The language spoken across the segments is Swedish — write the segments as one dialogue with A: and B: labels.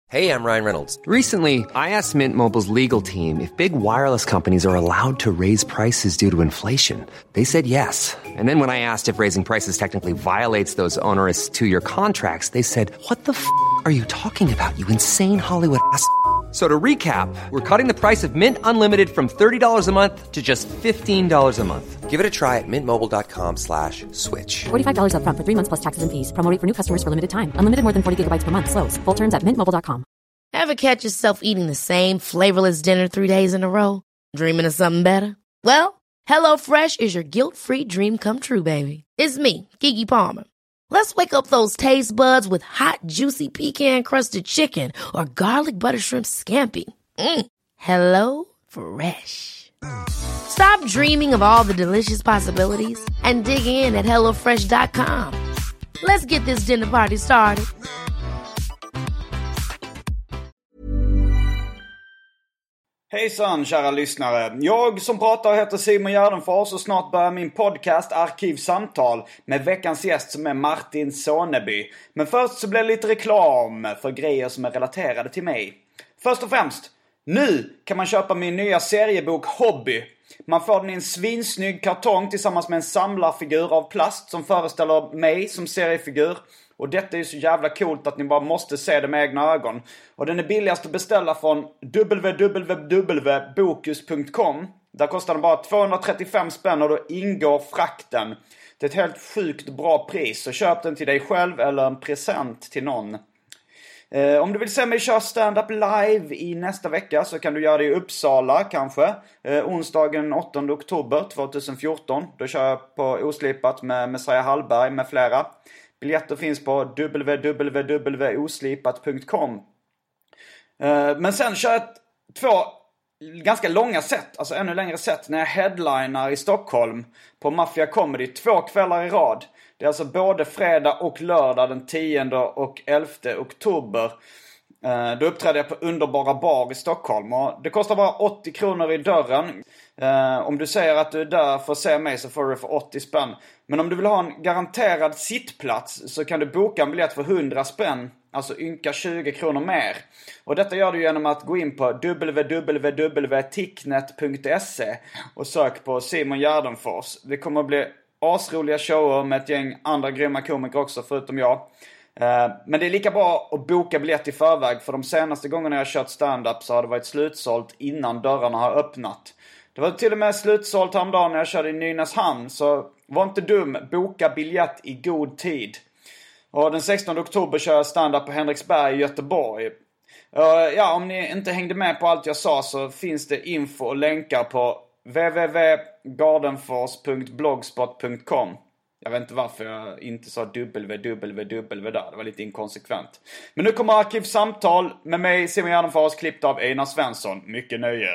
A: Hey, I'm Ryan Reynolds.
B: Recently, I asked Mint Mobile's legal team if big wireless companies are allowed to raise prices due to inflation. They said yes. And then when I asked if raising prices technically violates those onerous two-year contracts, they said, "What the are you talking about, you insane Hollywood ass?" So to recap, we're cutting the price of Mint Unlimited from $30 a month to just $15 a month.
A: Give it a try at mintmobile.com/switch.
C: $45 up front for 3 months plus taxes and fees. Promo rate for new customers for limited time. Unlimited more than 40 gigabytes per month. Slows full terms at mintmobile.com.
D: Ever catch yourself eating the same flavorless dinner 3 days in a row? Dreaming of something better? Well, HelloFresh is your guilt-free dream come true, baby. It's me, Keke Palmer. Let's wake up those taste buds with hot, juicy pecan-crusted chicken or garlic butter shrimp scampi. Hello Fresh. Stop dreaming of all the delicious possibilities and dig in at HelloFresh.com. Let's get this dinner party started.
E: Hejsan kära lyssnare. Jag som pratar heter Simon Gärdenfors och snart börjar min podcast Arkivsamtal med veckans gäst som är Martin Soneby. Men först så blir det lite reklam för grejer som är relaterade till mig. Först och främst, nu kan man köpa min nya seriebok Hobby. Man får den i en svinsnygg kartong tillsammans med en samlarfigur av plast som föreställer mig som seriefigur. Och detta är ju så jävla coolt att ni bara måste se det med egna ögon. Och den är billigast att beställa från www.bokus.com. Där kostar den bara 235 spänn och då ingår frakten. Det är ett helt sjukt bra pris. Så köp den till dig själv eller en present till någon. Om du vill se mig köra stand-up live i nästa vecka så kan du göra det i Uppsala kanske. Onsdagen 8 oktober 2014. Då kör jag på Oslipat med Messiah Hallberg med flera. Biljetter finns på www.oslipat.com. Men sen kör jag 2 ganska långa set, alltså ännu längre set, när jag headlinar i Stockholm på Mafia Comedy 2 kvällar i rad. Det är alltså både fredag och lördag den 10 och 11 oktober. Då uppträdde jag på Underbara bar i Stockholm och det kostar bara 80 kronor i dörren. Om du säger att du är där för att se mig så får du det för 80 spänn. Men om du vill ha en garanterad sittplats så kan du boka en biljett för 100 spänn. Alltså ynka 20 kronor mer. Och detta gör du genom att gå in på www.ticknet.se och sök på Simon Gärdenfors. Det kommer att bli asroliga shower med ett gäng andra grymma komiker också förutom jag. Men det är lika bra att boka biljett i förväg. För de senaste gångerna jag har kört stand-up så har det varit slutsålt innan dörrarna har öppnat. Det var till och med slutsålt häromdagen när jag körde i Nynäshamn. Så var inte dum, boka biljett i god tid. Och den 16 oktober kör jag stand-up på Henriksberg i Göteborg. Ja, om ni inte hängde med på allt jag sa så finns det info och länkar på www.gardenfors.blogspot.com. Jag vet inte varför jag inte sa www där. Det var lite inkonsekvent. Men nu kommer Arkivsamtal med mig, Simon Gärdenfors, klippt av Einar Svensson. Mycket nöje.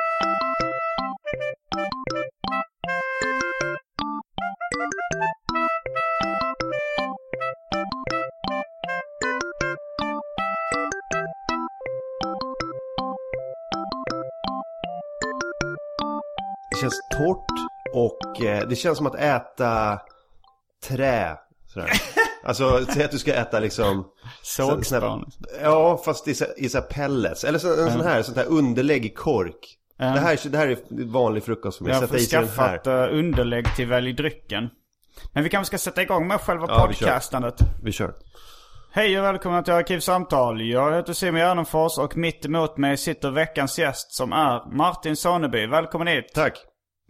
F: Det känns torrt och det känns som att äta trä sådär. Alltså säg att du ska äta liksom
G: sågspån.
F: Ja, fast i så här pellets eller en sån här underlägg i kork. Det här är vanlig frukost för mig.
G: Jag får skaffat underlägg till välj drycken. Men vi kanske ska sätta igång med själva podcastandet.
F: Vi kör.
G: Hej och välkomna till Arkivsamtal. Jag heter Simon Gärdenfors och mitt emot mig sitter veckans gäst som är Martin Soneby. Välkommen hit.
F: Tack.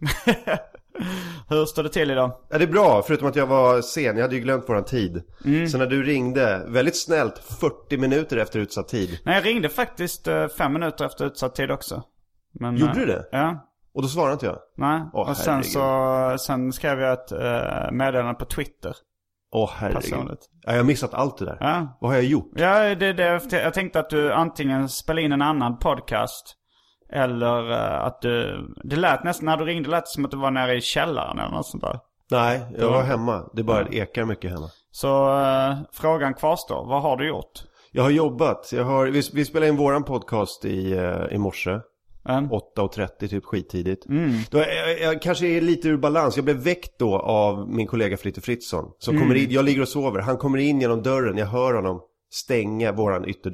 G: Hur står det till idag?
F: Ja, det är bra, förutom att jag var sen. Jag hade ju glömt våran tid. Så när du ringde, väldigt snällt 40 minuter efter utsatt tid.
G: Nej, jag ringde faktiskt 5 minuter efter utsatt tid också. Men,
F: gjorde du det?
G: Ja.
F: Och då svarade inte jag?
G: Nej, och sen skrev jag ett meddelande på Twitter.
F: Herregud. Ja, jag har missat allt det där.
G: Ja.
F: Vad har jag gjort?
G: Ja, jag tänkte att du antingen spelar in en annan podcast eller att det lät nästan när du ringde lät som att du var nere i källaren eller något sånt där.
F: Nej, jag var hemma. Det bara ekar mycket hemma.
G: Så frågan kvarstår. Vad har du gjort?
F: Jag har jobbat. Vi spelade in våran podcast i morse. 8:30 typ skittidigt. Då jag kanske är lite ur balans. Jag blev väckt då av min kollega Fritte Fritzson som kommer in, jag ligger och sover. Han kommer in genom dörren. Jag hör honom stänga våran ytterdörr.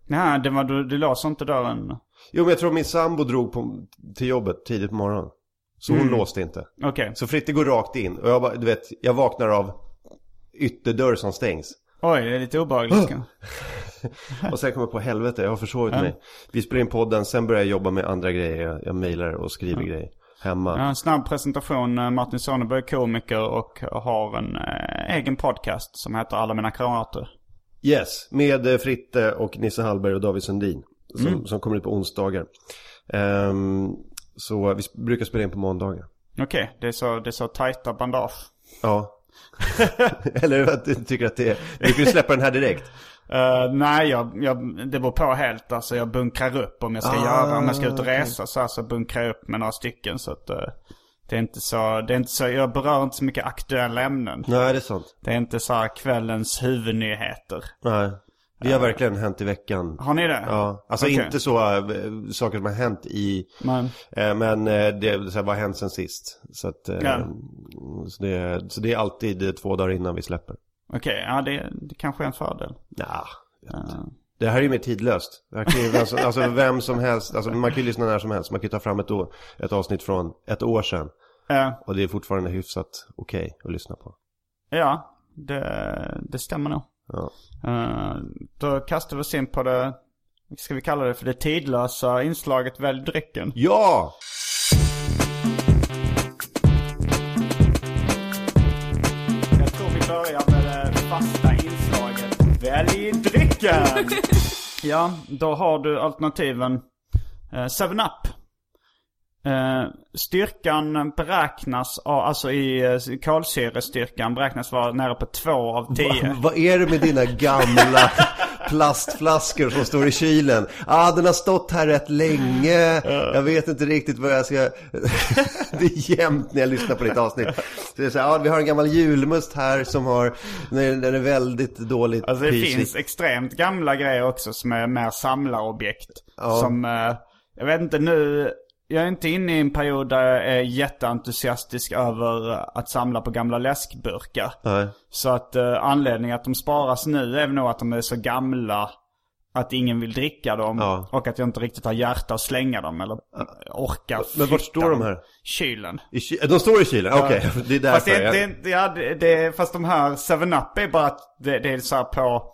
G: Nej, du låser inte dörren.
F: Jo, men jag tror min sambo drog till jobbet tidigt på morgonen. Så hon låste inte.
G: Okej.
F: Så Fritte går rakt in. Och jag vaknar av ytterdörr som stängs.
G: Oj, det är lite obehagligt.
F: Och sen kommer jag på helvete, jag har försovit mig. Vi spelar in podden, sen börjar jag jobba med andra grejer. Jag mejlar och skriver grejer hemma.
G: En snabb presentation. Martin Sonneberg är komiker och har en egen podcast som heter Alla mina kamrater.
F: Yes, med Fritte och Nisse Hallberg och David Sundin. Som kommer ut på onsdagar. Så vi brukar spela in på måndagar.
G: Okej, det är så tajta bandage.
F: Ja. Eller att du tycker att det är... Du kan ju släppa den här direkt.
G: Nej, det beror på helt. Alltså jag bunkrar upp om jag ska om jag ska ut och resa så bunkrar jag upp med några stycken. Så att det är inte så, jag berör inte så mycket aktuella ämnen.
F: Nej, det är sant.
G: Det är inte så här kvällens huvudnyheter.
F: Nej. Det har verkligen hänt i veckan.
G: Har ni det?
F: Ja, alltså inte så saker som har hänt i... Men det är så här, vad har hänt sen sist? Så att så det är alltid 2 dagar innan vi släpper.
G: Okej, ja det kanske är en fördel.
F: Ja, det här är ju mer tidlöst. Det här kan ju, alltså vem som helst, alltså man kan ju lyssna när som helst. Man kan ju ta fram ett avsnitt från ett år sedan. Och det är fortfarande hyfsat okej att lyssna på. Ja,
G: det stämmer nog.
F: Ja.
G: Då kastar vi oss in på det, ska vi kalla det för det tidlösa inslaget Välj drycken.
F: Ja!
G: Jag tror vi börjar med det fasta inslaget Välj drycken. Ja, då har du alternativen 7-Up. Styrkan beräknas, alltså i kolsyrestyrkan beräknas vara nära på 2 av 10.
F: Vad är det med dina gamla plastflaskor som står i kylen? Den har stått här rätt länge. Jag vet inte riktigt vad jag ska... Det är jämnt när jag lyssnar på ditt avsnitt. Så det är så här, vi har en gammal julmust här som har... Den är väldigt dåligt.
G: Alltså det finns extremt gamla grejer också som är mer samlarobjekt. Som, jag vet inte nu... Jag är inte inne i en period där jag är jätteentusiastisk över att samla på gamla läskburkar.
F: Nej.
G: Så att anledningen att de sparas nu är nog att de är så gamla att ingen vill dricka dem. Och att jag inte riktigt har hjärta att slänga dem eller orkar.
F: Men var står de här?
G: Kylen.
F: De står i kylen? Okej, det är därför.
G: Fast de här 7-Up är bara att det är så här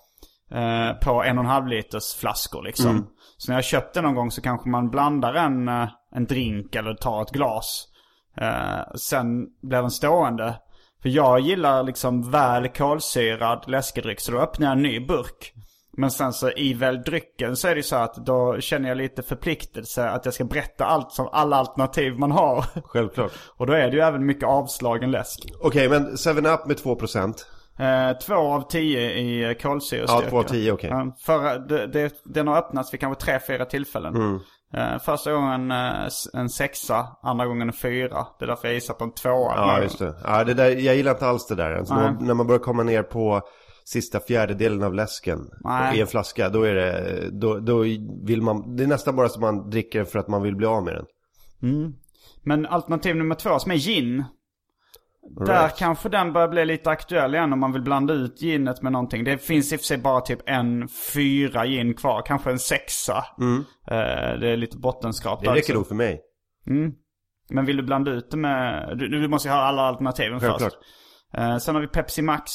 G: på 1,5 liters flaskor liksom. Så när jag köpte någon gång så kanske man blandar en drink eller tar ett glas. Sen blir den stående. För jag gillar liksom väl kolsyrad läskedryck, så då öppnar jag en ny burk. Men sen så i väl drycken så är det så att då känner jag lite förpliktelse att jag ska berätta allt som alla alternativ man har.
F: Självklart.
G: Och då är det ju även mycket avslagen läsk.
F: Okej, men 7-Up med 2%.
G: 2 av 10 i kolsyrestyrka.
F: Ja, 2 av 10, okej.
G: Den har öppnats vid kanske 3-4 tillfällen. Första gången en 6, andra gången en 4. Det är därför jag gissar på en 2.
F: Ja, just det. Ja, det där, jag gillar inte alls det där. Alltså, när man börjar komma ner på sista fjärdedelen av läsken i en flaska, då är det då vill man, det är nästan bara som man dricker för att man vill bli av med den.
G: Men alternativ nummer 2 som är gin. Där kanske den börjar bli lite aktuell igen om man vill blanda ut ginet med någonting. Det finns i och för sig bara typ en 4 gin kvar. Kanske en 6. Det är lite bottenskrap.
F: Det räcker nog för mig.
G: Men vill du blanda ut det med... Du måste ju ha alla alternativen först. Sen har vi Pepsi Max.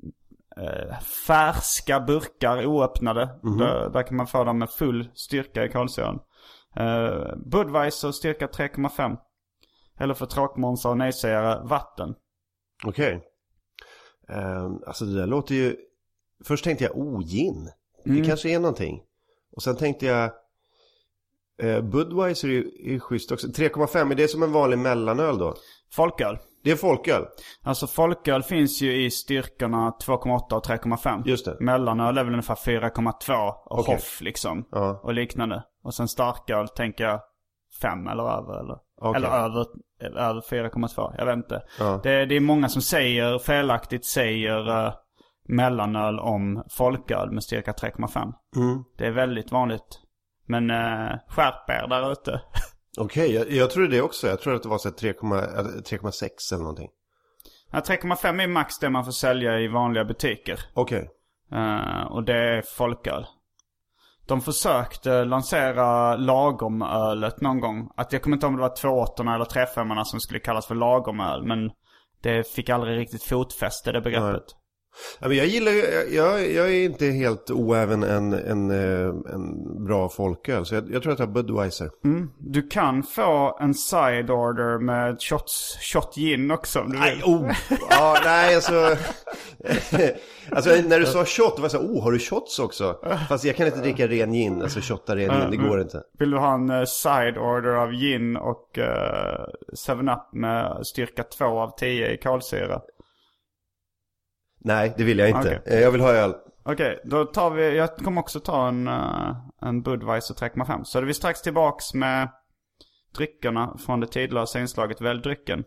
G: Färska burkar oöppnade. Där kan man få dem med full styrka i kolsyran. Budweiser styrka 3,5. Eller för tråkmånsar och nejsägare vatten.
F: Okej. Alltså det där låter ju... Först tänkte jag gin. Det kanske är någonting. Och sen tänkte jag Budweiser är schysst också. 3,5, är det som en vanlig mellanöl då?
G: Folköl.
F: Det är folköl.
G: Alltså folköl finns ju i styrkorna 2,8 och 3,5.
F: Just det.
G: Mellanöl är väl ungefär 4,2 och Hoff liksom. Och liknande. Och sen starköl tänker jag 5 eller över eller. Eller över 4,2, jag vet inte. Det är många som felaktigt säger mellanöl om folköl med styrka 3,5. Det är väldigt vanligt. Men skärp er där ute.
F: Okej, jag tror det också. Jag tror att det var så 3,6 eller någonting.
G: 3,5 är max det man får sälja i vanliga butiker.
F: Okej.
G: Och det är folköl. De försökte lansera lagomölet någon gång. Att jag kommer inte ihåg om det var 2-8 eller 3-5 som skulle kallas för lagomöl. Men det fick aldrig riktigt fotfäste, det begreppet.
F: Ja, men jag är inte helt oäven en bra folköl. Så jag tror att jag har Budweiser.
G: Du kan få en side order med shot gin också om du vill.
F: Ja, nej, alltså när du sa shot var jag så har du shots också? Fast jag kan inte dricka ren gin, alltså shotta ren gin, det går inte.
G: Vill du ha en side order av gin och 7-Up med styrka 2 av 10 i kolsyra?
F: Nej, det vill jag inte.
G: Okay.
F: Jag vill ha öl.
G: Okej, då tar vi... Jag kommer också ta en Budweiser 3,5. Så är vi strax tillbaks med dryckerna från det tidlösa inslaget Välj drycken.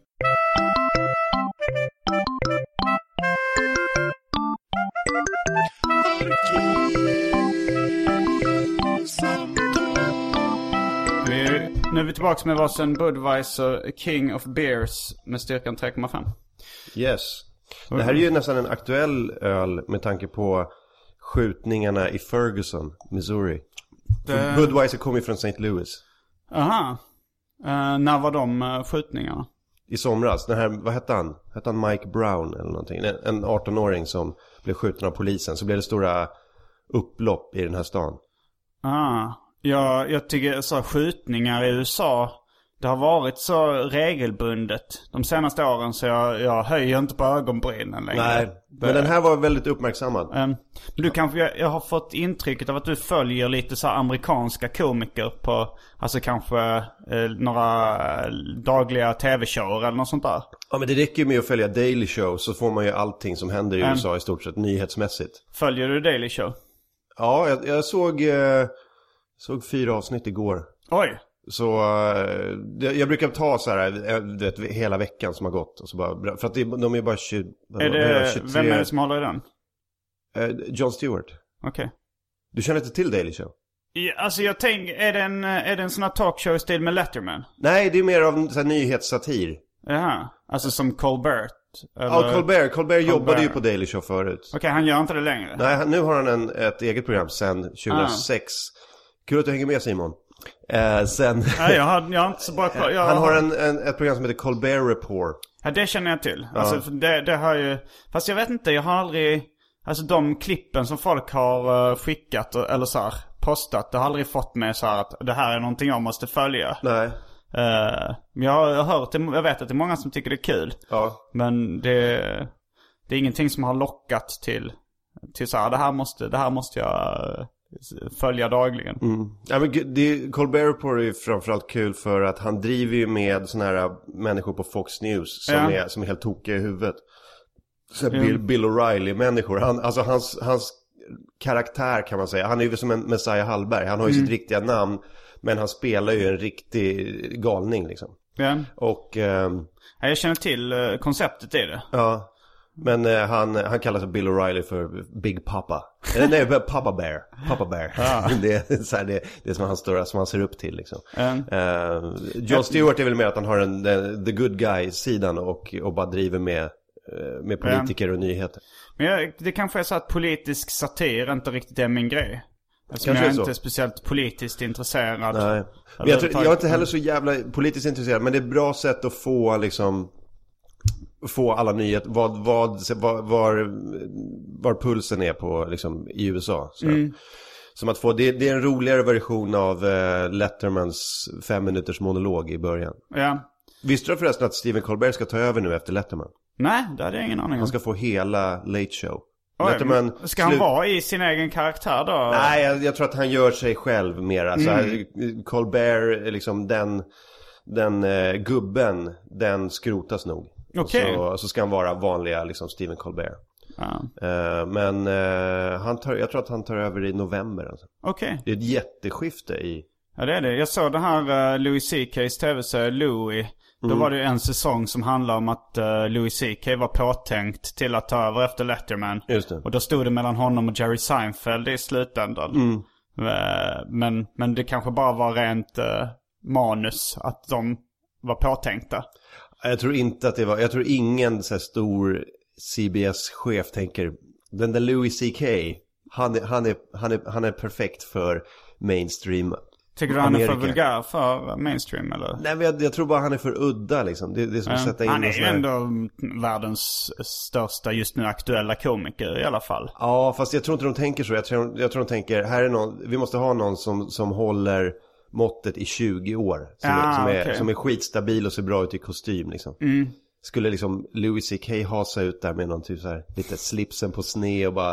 G: Nu är vi tillbaks med varsin Budweiser King of Beers med styrkan 3,5.
F: Yes. Det här är ju nästan en aktuell öl med tanke på skjutningarna i Ferguson, Missouri. Budweiser kommer ju från St. Louis.
G: Aha. När var de skjutningarna?
F: I somras. Den här, vad hette han? Hette han Mike Brown eller någonting? En 18-åring som blev skjuten av polisen. Så blev det stora upplopp i den här stan.
G: Jag tycker så skjutningar i USA, det har varit så regelbundet de senaste åren så jag höjer inte på ögonbrynen längre. Nej,
F: men den här var väldigt uppmärksammad.
G: Du kanske, jag har fått intrycket av att du följer lite så amerikanska komiker på, alltså kanske några dagliga tv-shower eller något sånt där.
F: Ja, men det räcker ju med att följa Daily Show så får man ju allting som händer i USA i stort sett nyhetsmässigt. Följer du Daily Show? Ja, jag såg 4 avsnitt igår. Oj! Så jag brukar ta så här vet, hela veckan som har gått och så bara, för att de är bara 23. Vem är det som håller i den? Jon Stewart. Okej. Du känner inte till Daily Show? Ja, alltså jag tänker, är det en sån här talkshow i stil med Letterman? Nej, det är mer av en sån här nyhetssatir. Jaha, alltså som Colbert? Eller? Ja, Colbert jobbade ju på Daily Show förut. Okej, han gör inte det längre? Nej, nu har han ett eget program sedan 2006. Kul att du hänger med, Simon. Sen nej, jag har inte så bra koll. Han har ett program som heter Colbert Report. Ja, det känner jag till. Alltså, det har ju... Fast jag vet inte, jag har aldrig... Alltså de klippen som folk har skickat eller så här, postat, det har aldrig fått mig så här att det här är någonting jag måste följa. Nej. Jag har hört, jag vet att det är många som tycker det är kul. Ja. Men det är ingenting som har lockat till så här, det här måste jag följa dagligen. Ja, men Colbert Report är framförallt kul för att han driver ju med såna här människor på Fox News som är helt tokiga i huvudet. Så Bill O'Reilly-människor. Hans karaktär kan man säga. Han är ju som en Messiah Hallberg. Han har ju sitt riktiga namn, men han spelar ju en riktig galning liksom. Ja. Och jag känner till konceptet i det. Ja. Men han kallar sig Bill O'Reilly för Big Papa. Nej, Papa Bear. Papa Bear. Ja. Det är så här, det är som han står, som han ser upp till liksom. Jon Stewart är väl mer att han har the good guy-sidan och bara driver med politiker och nyheter. Men det kanske är så att politisk satir inte riktigt är min grej. Eftersom jag är inte speciellt politiskt intresserad. Nej. Men jag är inte heller så jävla politiskt intresserad. Men det är ett bra sätt att få liksom... få alla nyheter, var pulsen är på liksom, i USA. Så. Som att få, det är en roligare version av Lettermans 5 minuters monolog i början. Ja. Visste du förresten att Stephen Colbert ska ta över nu efter Letterman? Nej, det hade jag ingen aning om. Han ska få hela Late Show. Oj, Letterman ska han vara i sin egen karaktär då? Nej, jag tror att han gör sig själv mer. Alltså, Colbert, liksom den gubben, den skrotas nog. Okay. Så ska han vara vanliga liksom Stephen Colbert. Men jag tror att han tar över i november. Alltså. Okay. Det är ett jätteskifte i... Ja, det är det. Jag såg det här Louis C.K.'s tv-serie Louis. Då var det en säsong som handlade om att Louis C.K. var påtänkt till att ta över efter Letterman. Just det. Och då stod det mellan honom och Jerry Seinfeld i slutändan. Men det kanske bara var rent manus att de var påtänkta. Jag tror inte att det var... Jag tror ingen så här stor CBS-chef tänker... Den där Louis C.K. Han är perfekt för mainstream.
G: Tycker du han är för vulgär för mainstream eller?
F: Nej, men jag tror bara han är för udda liksom. Det är som att sätta in
G: han är ju ändå världens största just nu aktuella komiker i alla fall.
F: Ja, fast jag tror inte de tänker så. Jag tror de tänker, här är någon, vi måste ha någon som håller måttet i 20 år. Som är skitstabil och ser bra ut i kostym liksom. Skulle liksom Louis CK hasa ut där med någon typ så här, lite slipsen på sned och bara...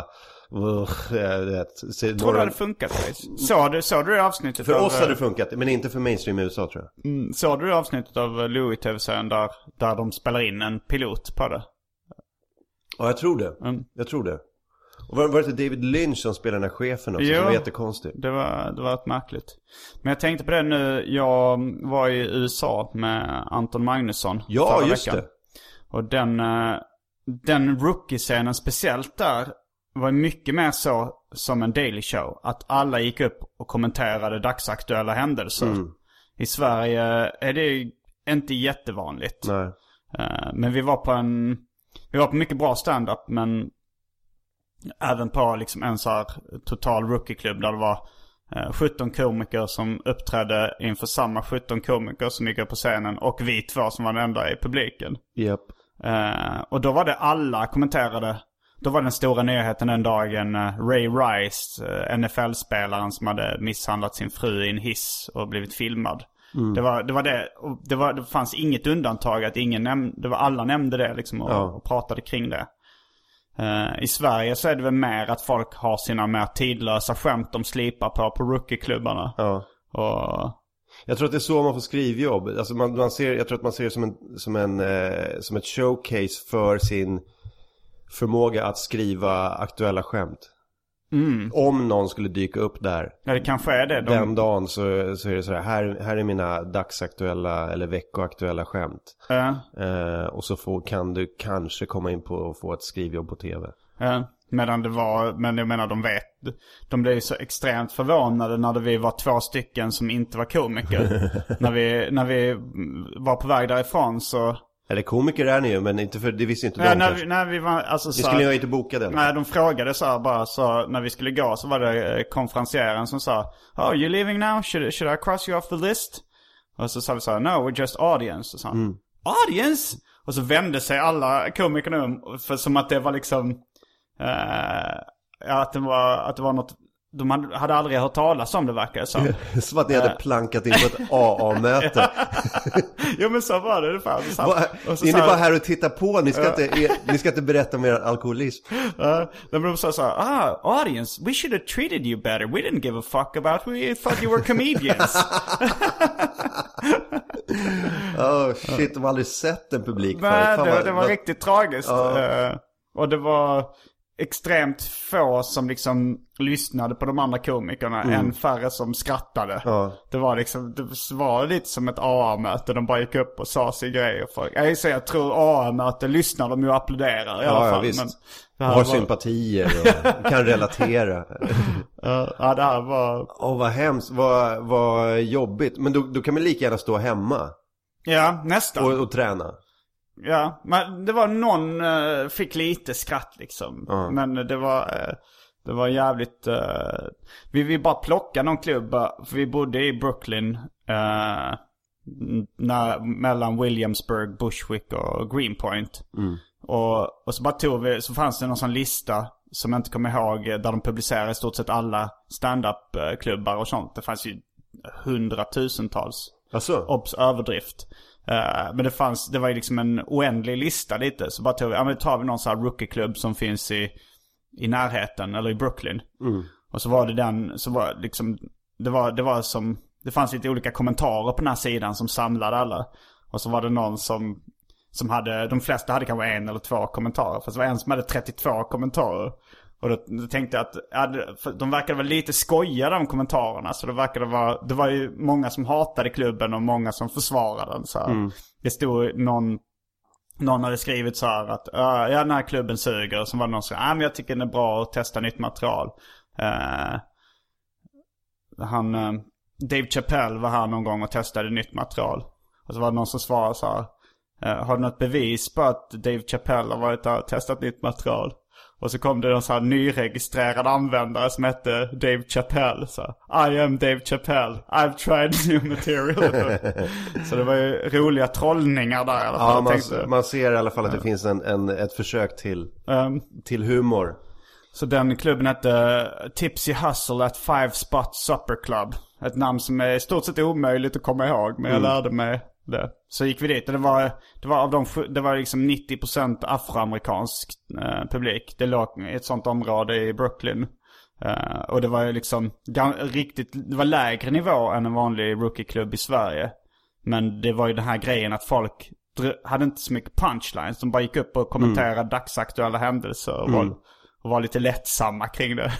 G: Jag tror det hade funkat. Såg du det avsnittet?
F: För oss hade det funkat, men inte för mainstream i USA tror jag.
G: Såg du det avsnittet av Louis TV-serien där de spelar in en pilot på det?
F: Ja, jag tror det. Jag tror det. Och var det David Lynch som spelar den här chefen också, som var jättekonstigt?
G: Det var ett märkligt. Men jag tänkte på det nu, jag var i USA med Anton Magnusson förra
F: just
G: veckan.
F: Det.
G: Och den rookie-scenen speciellt där var mycket mer så som en Daily Show. Att alla gick upp och kommenterade dagsaktuella händelser. I Sverige är det inte jättevanligt.
F: Nej.
G: Men vi var på mycket bra stand-up, men även på liksom en så här total rookie-klubb där det var 17 komiker som uppträdde inför samma 17 komiker som gick upp på scenen och vi två som var den enda i publiken.
F: Yep.
G: Och då var det alla kommenterade. Då var den stora nyheten den dagen Ray Rice, NFL-spelaren som hade misshandlat sin fru i en hiss och blivit filmad. Det var det. Och det fanns inget undantag att alla nämnde det liksom och pratade kring det. I Sverige så är det väl mer att folk har sina mer tidlösa skämt de slipar på rookie-klubbarna.
F: Ja.
G: Och...
F: Jag tror att det är så man får skrivjobb. Alltså jag tror att man ser det som ett showcase för sin förmåga att skriva aktuella skämt. Om någon skulle dyka upp där.
G: Ja, det kanske är det.
F: Den dagen så är det så här är mina dagsaktuella eller veckoaktuella skämt. Och så kan du kanske komma in på och få ett skrivjobb på tv.
G: Men jag menar de blev ju så extremt förvånade när vi var 2 stycken som inte var komiker. när vi var på väg därifrån så... Eller
F: komiker är ni ju, men inte för det visste inte de.
G: När vi var, alltså,
F: så, skulle jag inte boka den.
G: Nej, de frågade så här bara, så när vi skulle gå så var det konferencieren som sa, "Oh, you leaving now? Should I cross you off the list?" Och så sa vi så här, "No, we're just audience." Och så här, "Audience?" Och så vände sig alla komikerna om, för som att det var liksom att det var något de hade aldrig hört talas om, det verkar så.
F: Som att ni hade plankat in på ett AA-möte.
G: Jo, men så var det ungefär.
F: Är ni bara här och tittar på? Ni ska inte berätta om er alkoholism.
G: Men de sa så här, audience, we should have treated you better. We didn't give a fuck about we thought you were comedians.
F: Oh shit, de har aldrig sett en publik
G: förut. Det var riktigt tragiskt. Och det var extremt få som liksom lyssnade på de andra komikerna, än färre som skrattade. Det var lite som ett AA-möte. De bara gick upp och sa sin grej och folk. Jag tror AA-möte lyssnar de ju och applåderar i alla fall.
F: Visst. Men har sympatier och kan relatera.
G: Det här var...
F: vad hemskt, vad jobbigt. Men då kan man lika gärna stå hemma.
G: Ja, nästan.
F: Och träna.
G: Ja, men det var någon fick lite skratt liksom. Men det var jävligt vi bara plockade någon klubb, för vi bodde i Brooklyn mellan Williamsburg, Bushwick och Greenpoint. Och så bara så fanns det någon sån lista som jag inte kommer ihåg, där de publicerade i stort sett alla stand-up-klubbar och sånt. Det fanns ju 100,000-tals. Obs, överdrift. Men det var ju liksom en oändlig lista lite. Så bara tar vi någon sån här rookie-klubb som finns i närheten, eller i Brooklyn. Och så var det fanns lite olika kommentarer på den här sidan som samlade alla. Och så var det någon som hade, de flesta hade kanske 1 eller 2 kommentarer. Fast det var en som hade 32 kommentarer. Och då tänkte jag att de verkade vara lite skojiga, de kommentarerna. Så det var ju många som hatade klubben och många som försvarade den. Så det stod någon hade skrivit så här att den här klubben suger. Och så var det någon som sa, men jag tycker det är bra att testa nytt material. Dave Chappelle var här någon gång och testade nytt material. Och så var det någon som svarade så här, har du något bevis på att Dave Chappelle har varit där och testat nytt material? Och så kom det en sån här nyregistrerad användare som hette Dave Chappelle. Så, I am Dave Chappelle. I've tried new material. Så det var ju roliga trollningar där i alla fall.
F: Ja, man ser i alla fall att det finns ett försök till humor.
G: Så den klubben hette Tipsy Hustle at 5 Spot Supper Club. Ett namn som är i stort sett omöjligt att komma ihåg. Men jag lärde mig det. Så gick vi dit. Och det var liksom 90% afroamerikansk publik. Det låg i ett sånt område i Brooklyn. Och det var ju liksom det var lägre nivå än en vanlig rookie-klubb i Sverige. Men det var ju den här grejen att folk hade inte så mycket punchlines. De bara gick upp och kommenterade dagsaktuella händelser och var lite lättsamma kring det.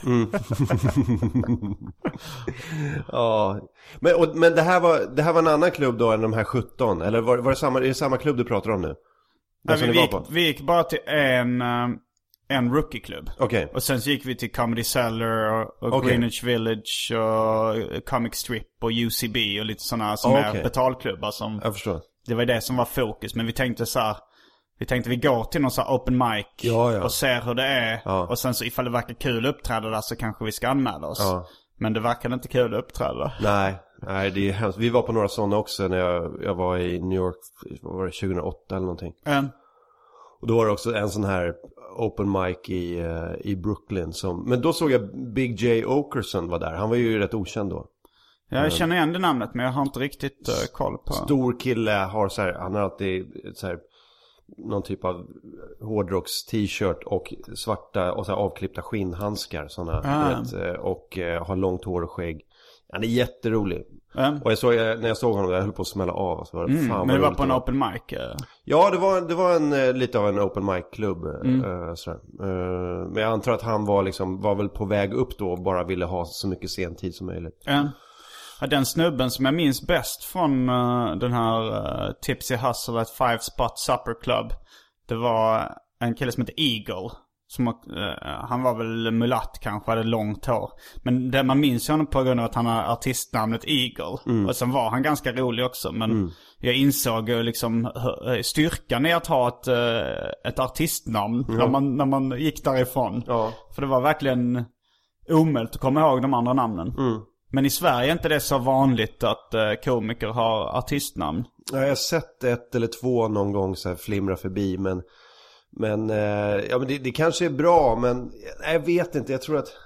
F: Ja. Men det här var en annan klubb då än de här 17? Eller är det samma klubb du pratar om nu?
G: Vi gick bara till en rookie-klubb.
F: Okay.
G: Och sen så gick vi till Comedy Cellar och Greenwich Village och Comic Strip och UCB och lite sådana som är betalklubbar som...
F: Jag förstår.
G: Det var det som var fokus. Men vi tänkte vi går till någon sån här open mic och ser hur det är. Ja. Och sen så ifall det verkar kul att uppträda där så kanske vi ska anmäla oss. Ja. Men det verkar inte kul att uppträda.
F: Nej, det är hemskt. Vi var på några sådana också när jag var i New York, var det 2008 eller någonting. Och då var det också en sån här open mic i Brooklyn. Men då såg jag Big J. Okerson var där. Han var ju rätt okänd då.
G: Jag känner igen det namnet men jag har inte riktigt koll på.
F: Stor kille, han har alltid så här, någon typ av hårdrocks t-shirt och svarta och så här avklippta skinnhandskar och har långt hår och skägg. Han är jätterolig. Och när jag såg honom där, jag höll på att smälla av. Så var det,
G: men det var på en open mic?
F: Ja, det var lite av en open mic-klubb. Men jag antar att han var väl på väg upp då och bara ville ha så mycket sentid som möjligt.
G: Ja, den snubben som jag minns bäst från den här Tipsy Hustle at 5 Spot Supper Club, det var en kille som heter Eagle. Han var väl mulatt kanske, hade långt hår. Men det man minns honom på grund av att han har artistnamnet Eagle. Och sen var han ganska rolig också. Men jag insåg liksom styrkan i att ha ett artistnamn när man gick därifrån. Ja. För det var verkligen omöjligt att komma ihåg de andra namnen. Men i Sverige är inte det så vanligt att komiker har artistnamn.
F: Ja, jag har sett 1 eller 2 någon gång så här flimra förbi. Men det kanske är bra. Men jag vet inte, jag tror att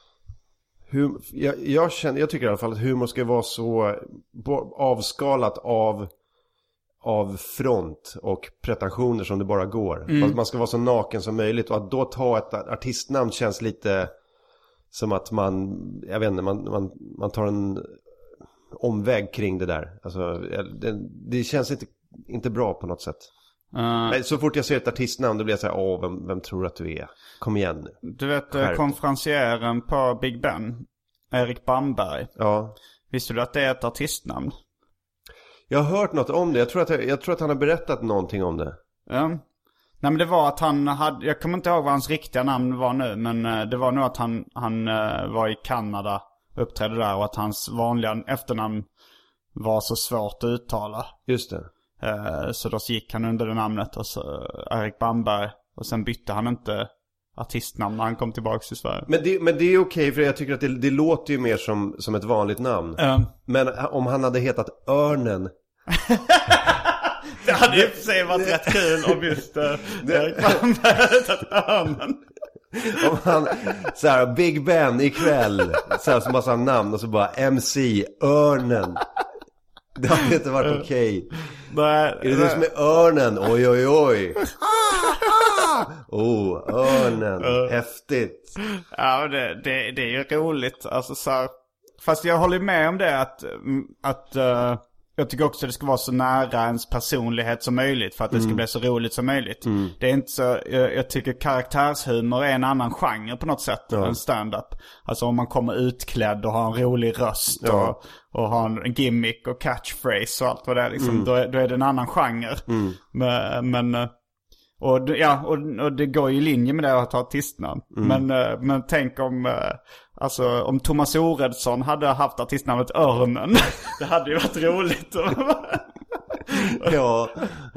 F: jag tycker i alla fall att humor ska vara så avskalat av front och pretensioner som det bara går. Att man ska vara så naken som möjligt. Och att då ta ett artistnamn känns lite som att man tar en omväg kring det där. Alltså, det känns inte bra på något sätt. Så fort jag ser ett artistnamn då blir jag så här, vem tror att du är? Kom igen nu.
G: Du vet konferencieren på Big Ben, Erik Bamberg. Ja. Visste du att det är ett artistnamn?
F: Jag har hört något om det. Jag tror att han har berättat någonting om det.
G: Ja. Nej, men det var att han hade, jag kommer inte ihåg vad hans riktiga namn var nu, men det var nog att han var i Kanada, uppträdde där, och att hans vanliga efternamn var så svårt att uttala.
F: Just det.
G: Så då gick han under det namnet, och så Erik Bamberg, och sen bytte han inte artistnamn när han kom tillbaka till Sverige.
F: Men det är okej, för jag tycker att det låter ju mer som ett vanligt namn. Men om han hade hetat Örnen.
G: Det hade ju för sig varit rätt kul om just Erik Bamberg hade tagit Örnen.
F: Om han såhär, Big Ben ikväll, såhär, som bara sa namn och så bara MC Örnen. Det hade inte varit okej. Är det du som är Örnen? Oj, oj, oj. Örnen. Häftigt.
G: Ja, det är ju roligt. Alltså, så här, fast jag håller med om det att jag tycker också att det ska vara så nära ens personlighet som möjligt för att det ska bli så roligt som möjligt. Det är inte så, jag tycker karaktärshumor är en annan genre på något sätt än stand-up. Alltså om man kommer utklädd och har en rolig röst och har en gimmick och catchphrase och allt vad det är liksom, då är det en annan genre. Men och det går ju i linje med det att ha artistnamn. Men tänk om Thomas Oredsson hade haft artistnamnet Örnen. Det hade ju varit roligt.
F: Ja.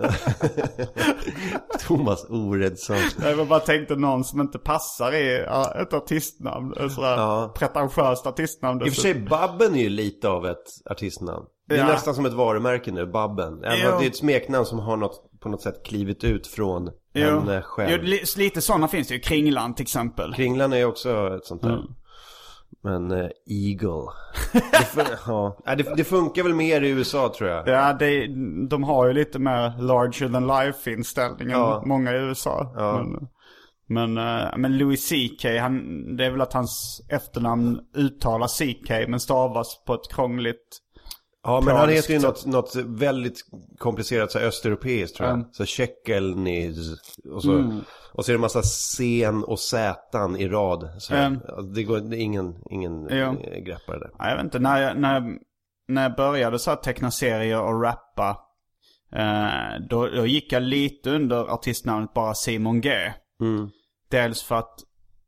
F: Thomas Oredsson.
G: Jag bara tänkte någon som inte passar i ett artistnamn. Ett sådär pretentiöst artistnamn.
F: I och för sig, Babben är ju lite av ett artistnamn. Det är nästan som ett varumärke nu, Babben. Det är ett smeknamn som har på något sätt klivit ut från henne själv.
G: Lite sådana finns det ju. Kringlan till exempel.
F: Kringlan är också ett sånt där. Men Eagle. Det funkar väl mer i USA, tror jag.
G: Ja, de har ju lite mer larger than life inställning än många i USA.
F: Ja.
G: Men Louis CK, det är väl att hans efternamn uttalas CK men stavas på ett krångligt.
F: Ja, men han heter ju något väldigt komplicerat, så östeuropeiskt, tror jag. Så Shekelniz och så är det en massa sen och sätan i rad. Så det är ingen greppare där.
G: Jag vet inte, när jag började så här teckna serier och rappa, då gick jag lite under artistnamnet bara Simon G. Dels för att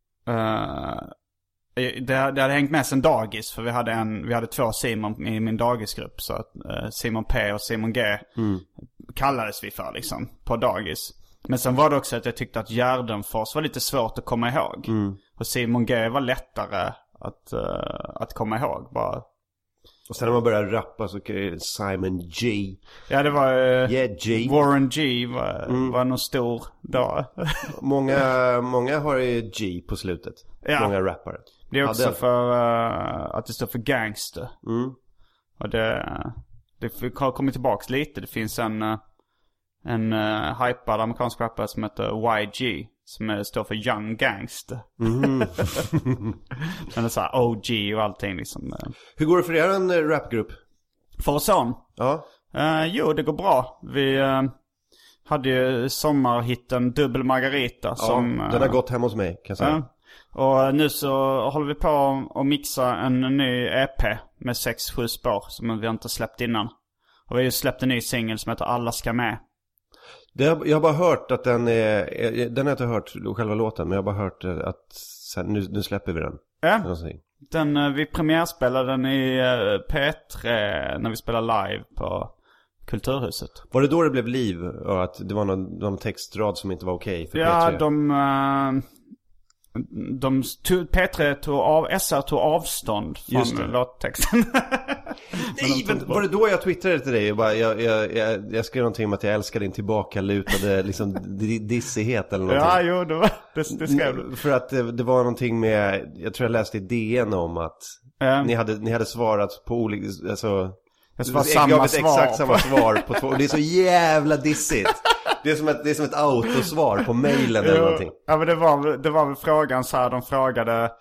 G: det hade hängt med sen dagis, för vi hade 2 Simon i min dagisgrupp, så att Simon P och Simon G kallades vi för liksom på dagis. Men sen var det också att jag tyckte att Gärdenfors var lite svårt att komma ihåg. Och Simon G var lättare att komma ihåg bara.
F: Och sen när man började rappa så Simon G.
G: Ja, det var
F: G.
G: Warren G var någon stor dag.
F: Många har ju G på slutet. Många rappare.
G: Det är också för att det står för gangster. Och det kommer tillbaks lite. Det finns en hypad amerikansk rappare som heter YG, som står för Young Gangster. Den är så här OG och allting liksom.
F: Hur går det för er rapgrupp?
G: Forson?
F: Ja.
G: Jo, det går bra. Vi hade ju sommarhitten Dubbel Margarita som...
F: den har gått hem hos mig, kan jag säga.
G: Och nu så håller vi på att mixa en ny EP med 6-7 spår som vi inte släppt innan. Och vi har ju släppt en ny singel som heter Alla ska med.
F: Jag har bara hört att den har jag inte hört själva låten, men jag har bara hört att nu släpper vi den.
G: Ja. Vi premiärspelade den i P3 när vi spelade live på Kulturhuset.
F: Var det då det blev liv och att det var någon textrad som inte var okej för P3?
G: Ja, SR tog avstånd från låttexten.
F: Nej, men var det då jag twittrade till dig? Jag skrev någonting om att jag älskar din tillbakalutade liksom dissighet eller någonting.
G: Ja, jo, det skrev du.
F: För att det var någonting med, jag tror jag läste i DN om att ni hade svarat på olika, alltså exakt samma svar på 2. Och det är så jävla dissigt. Det är som ett autosvar på mailen eller någonting.
G: Ja, men det var väl frågan så här, de frågade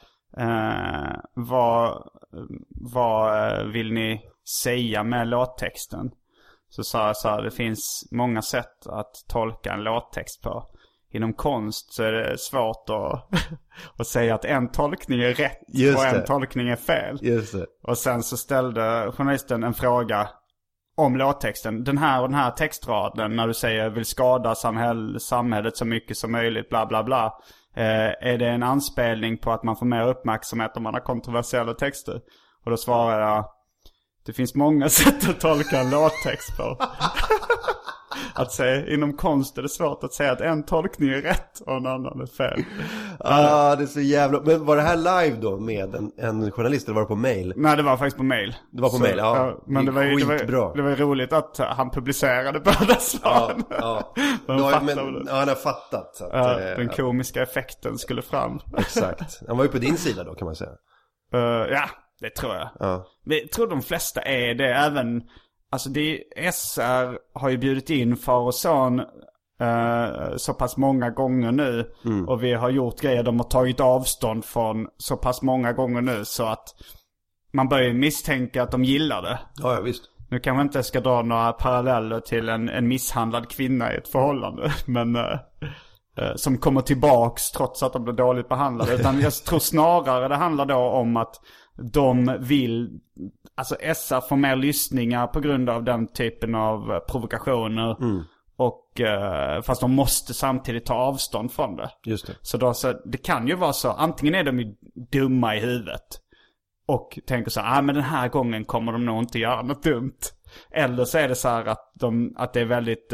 G: vad vill ni säga med låttexten? Så sa jag så här, det finns många sätt att tolka en låttext på. Inom konst så är det svårt att säga att en tolkning är rätt och en tolkning är fel.
F: Just det.
G: Och sen så ställde journalisten en fråga om låttexten. Den här textraden när du säger vill skada samhället så mycket som möjligt, bla bla bla. Är det en anspelning på att man får mer uppmärksamhet om man har kontroversiella texter? Och då svarade jag, det finns många sätt att tolka en låttext på. Att säga, inom konst är det svårt att säga att en tolkning är rätt och en annan är fel.
F: Det är så jävla... Men var det här live då med en journalist eller var det på mail?
G: Nej, det var faktiskt på mail.
F: Det var på mail, ja.
G: Men det var roligt att han publicerade båda svaren.
F: Ja. Han har fattat. Så att,
G: den komiska effekten skulle fram.
F: Exakt. Han var ju på din sida då, kan man säga.
G: Ja, det tror jag.
F: Ja.
G: Men jag tror de flesta är det, även... Alltså SR har ju bjudit in far och son så pass många gånger nu. Och vi har gjort grejer de har tagit avstånd från så pass många gånger nu. Så att man börjar misstänka att de gillar det.
F: Ja, visst.
G: Nu kanske inte ska dra några paralleller till en misshandlad kvinna i ett förhållande. Men som kommer tillbaks trots att de blir dåligt behandlade. Utan jag tror snarare det handlar då om att de vill... Alltså SR får mer lyssningar på grund av den typen av provokationer. Och fast de måste samtidigt ta avstånd från det.
F: Just det.
G: Så det kan ju vara så. Antingen är de ju dumma i huvudet och tänker så men den här gången kommer de nog inte göra något dumt. Eller så är det så här att det är väldigt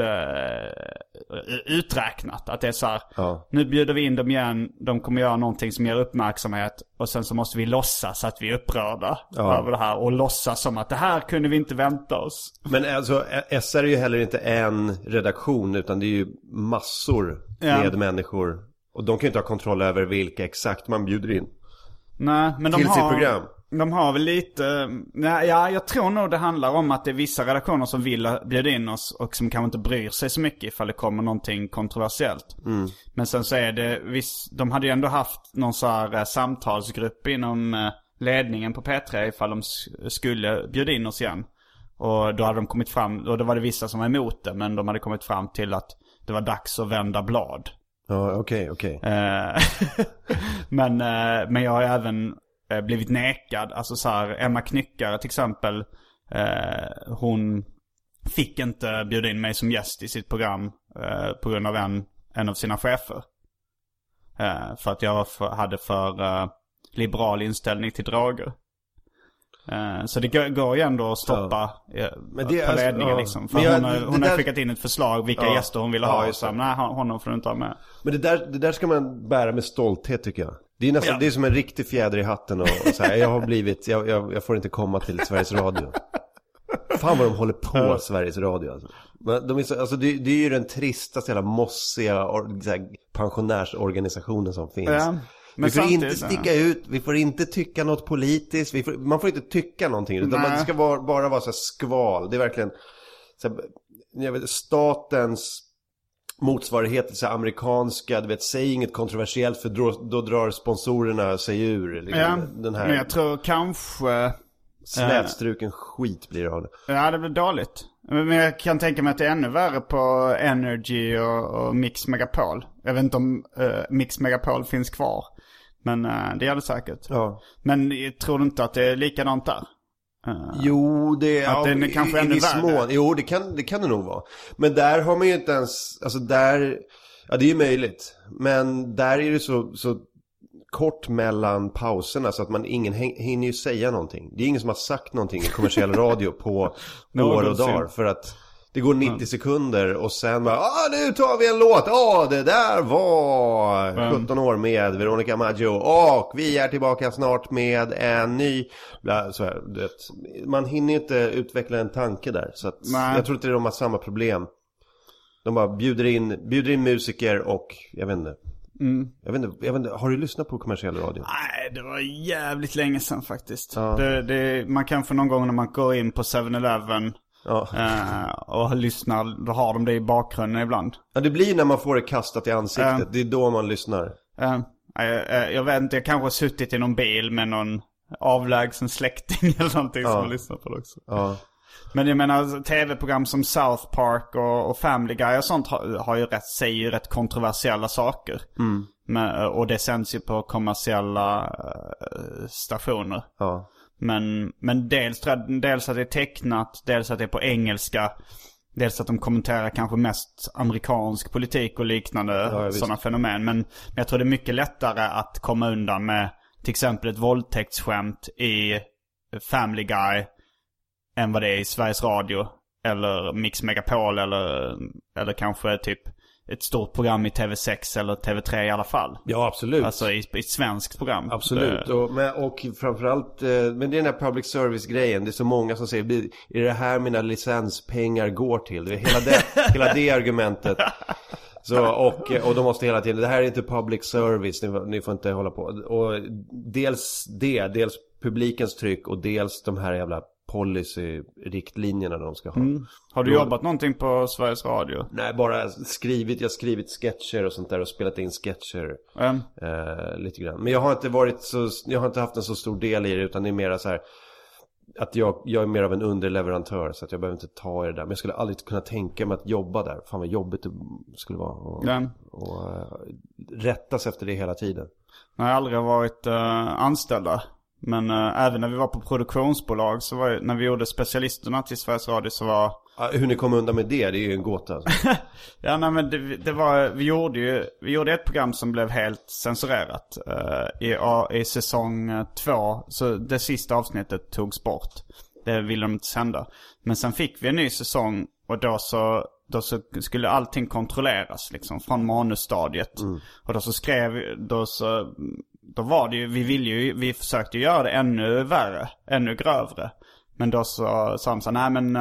G: uträknat. Att det är så här, nu bjuder vi in dem igen, de kommer göra någonting som ger uppmärksamhet. Och sen så måste vi låtsas att vi är upprörda över det här. Och låtsas som att det här kunde vi inte vänta oss.
F: Men alltså, SR är ju heller inte en redaktion, utan det är ju massor med människor. Och de kan ju inte ha kontroll över vilka exakt man bjuder in.
G: Nej, men
F: till sitt program.
G: De har väl lite... Ja, jag tror nog det handlar om att det är vissa redaktioner som vill bjuda in oss och som kanske inte bryr sig så mycket ifall det kommer någonting kontroversiellt. Men sen så är det... De hade ju ändå haft någon så här samtalsgrupp inom ledningen på P3 ifall de skulle bjuda in oss igen. Och då hade de kommit fram... Och då var det vissa som var emot det, men de hade kommit fram till att det var dags att vända blad.
F: Ja, okej.
G: Men jag har även blivit nekad. Alltså så här, Emma Knyckare till exempel, hon fick inte bjuda in mig som gäst i sitt program på grund av en av sina chefer. För att jag hade för liberal inställning till droger. Så det går ju ändå att stoppa
F: men det,
G: på ledningen liksom. För hon har skickat in ett förslag vilka gäster hon ville ha. Så nej, honom får du inte ha med.
F: Men det där ska man bära med stolthet, tycker jag. Det är nästan det är som en riktig fjäder i hatten och så här, jag får inte komma till Sveriges Radio. Fan vad de håller på Sveriges Radio alltså. Men de är så, alltså det är ju den tristaste jävla mossiga pensionärsorganisationen som finns. Ja. Men vi får inte sticka ut, vi får inte tycka något politiskt, man får inte tycka någonting, utan det ska bara vara så här skval. Det är verkligen så här, jag vet, statens motsvarighet till så här amerikanska, du vet, säg inget kontroversiellt för då drar sponsorerna sig ur liksom, den här.
G: Men jag tror kanske
F: slätstruken skit blir det av det.
G: Ja, det blir dåligt. Men jag kan tänka mig att det är ännu värre på Energy och Mix Megapol. Jag vet inte om Mix Megapol finns kvar. Men det är det säkert. Ja. Men jag tror inte att det är likadant där.
F: Jo, det är
G: att det kanske ännu värre.
F: Jo, det kan det nog vara. Men där har man ju inte ens, alltså där, ja, det är ju möjligt. Men där är det så kort mellan pauserna så att ingen hinner ju säga någonting. Det är ingen som har sagt någonting i kommersiell radio på år och dagar, för att det går 90 sekunder och sen bara, nu tar vi en låt. Det där var 17 år med Veronica Maggio och vi är tillbaka snart med en ny så här, du vet, man hinner inte utveckla en tanke där, så att jag tror inte de har samma problem. De bara bjuder in musiker och jag vet inte. Jag vet inte, har du lyssnat på kommersiell radio?
G: Nej, det var jävligt länge sedan faktiskt. Ja. Man kan för någon gång när man går in på 7-Eleven och lyssnar, då har de det i bakgrunden ibland. Ja,
F: det blir när man får det kastat i ansiktet. Det är då man lyssnar.
G: Jag vet inte, jag kanske har suttit i någon bil med någon avlägsen släkting eller någonting som har lyssnat på det också. Ja. Men jag menar, tv-program som South Park och Family Guy och sånt säger ju rätt kontroversiella saker. Och det sänds ju på kommersiella stationer. Ja. Men dels att det är tecknat, dels att det är på engelska, dels att de kommenterar kanske mest amerikansk politik och liknande sådana fenomen. Men jag tror det är mycket lättare att komma undan med till exempel ett våldtäktsskämt i Family Guy än vad det är i Sveriges Radio eller Mix Megapol eller kanske typ ett stort program i TV6 eller TV3 i alla fall.
F: Ja, absolut.
G: Alltså i ett svenskt program.
F: Absolut. Och framförallt, men det är den här public service-grejen. Det är så många som säger, är det här mina licenspengar går till? Det är hela det argumentet. Så, och de måste hela tiden, det här är inte public service, ni får inte hålla på. Och dels publikens tryck och dels de här jävla policy-riktlinjerna de ska ha.
G: Har du jobbat någonting på Sveriges Radio?
F: Nej, bara jag har skrivit sketcher och sånt där och spelat in sketcher lite grann. Men jag har inte haft en så stor del i det, utan det är mer så här att jag är mer av en underleverantör, så att jag behöver inte ta i det där. Men jag skulle aldrig kunna tänka mig att jobba där. Fan vad jobbigt det skulle vara och rättas efter det hela tiden.
G: Jag har aldrig varit anställda. Men även när vi var på produktionsbolag så var när vi gjorde specialisterna till Sveriges Radio så var...
F: hur ni kom undan med det är ju en gåta alltså.
G: Ja, nej, men det var... Vi gjorde ett program som blev helt censurerat i säsong 2. Så det sista avsnittet togs bort. Det ville de inte sända. Men sen fick vi en ny säsong och då så skulle allting kontrolleras liksom från manusstadiet. Och då var det ju, vi försökte göra det ännu värre, ännu grövre. Men då sa de så nej men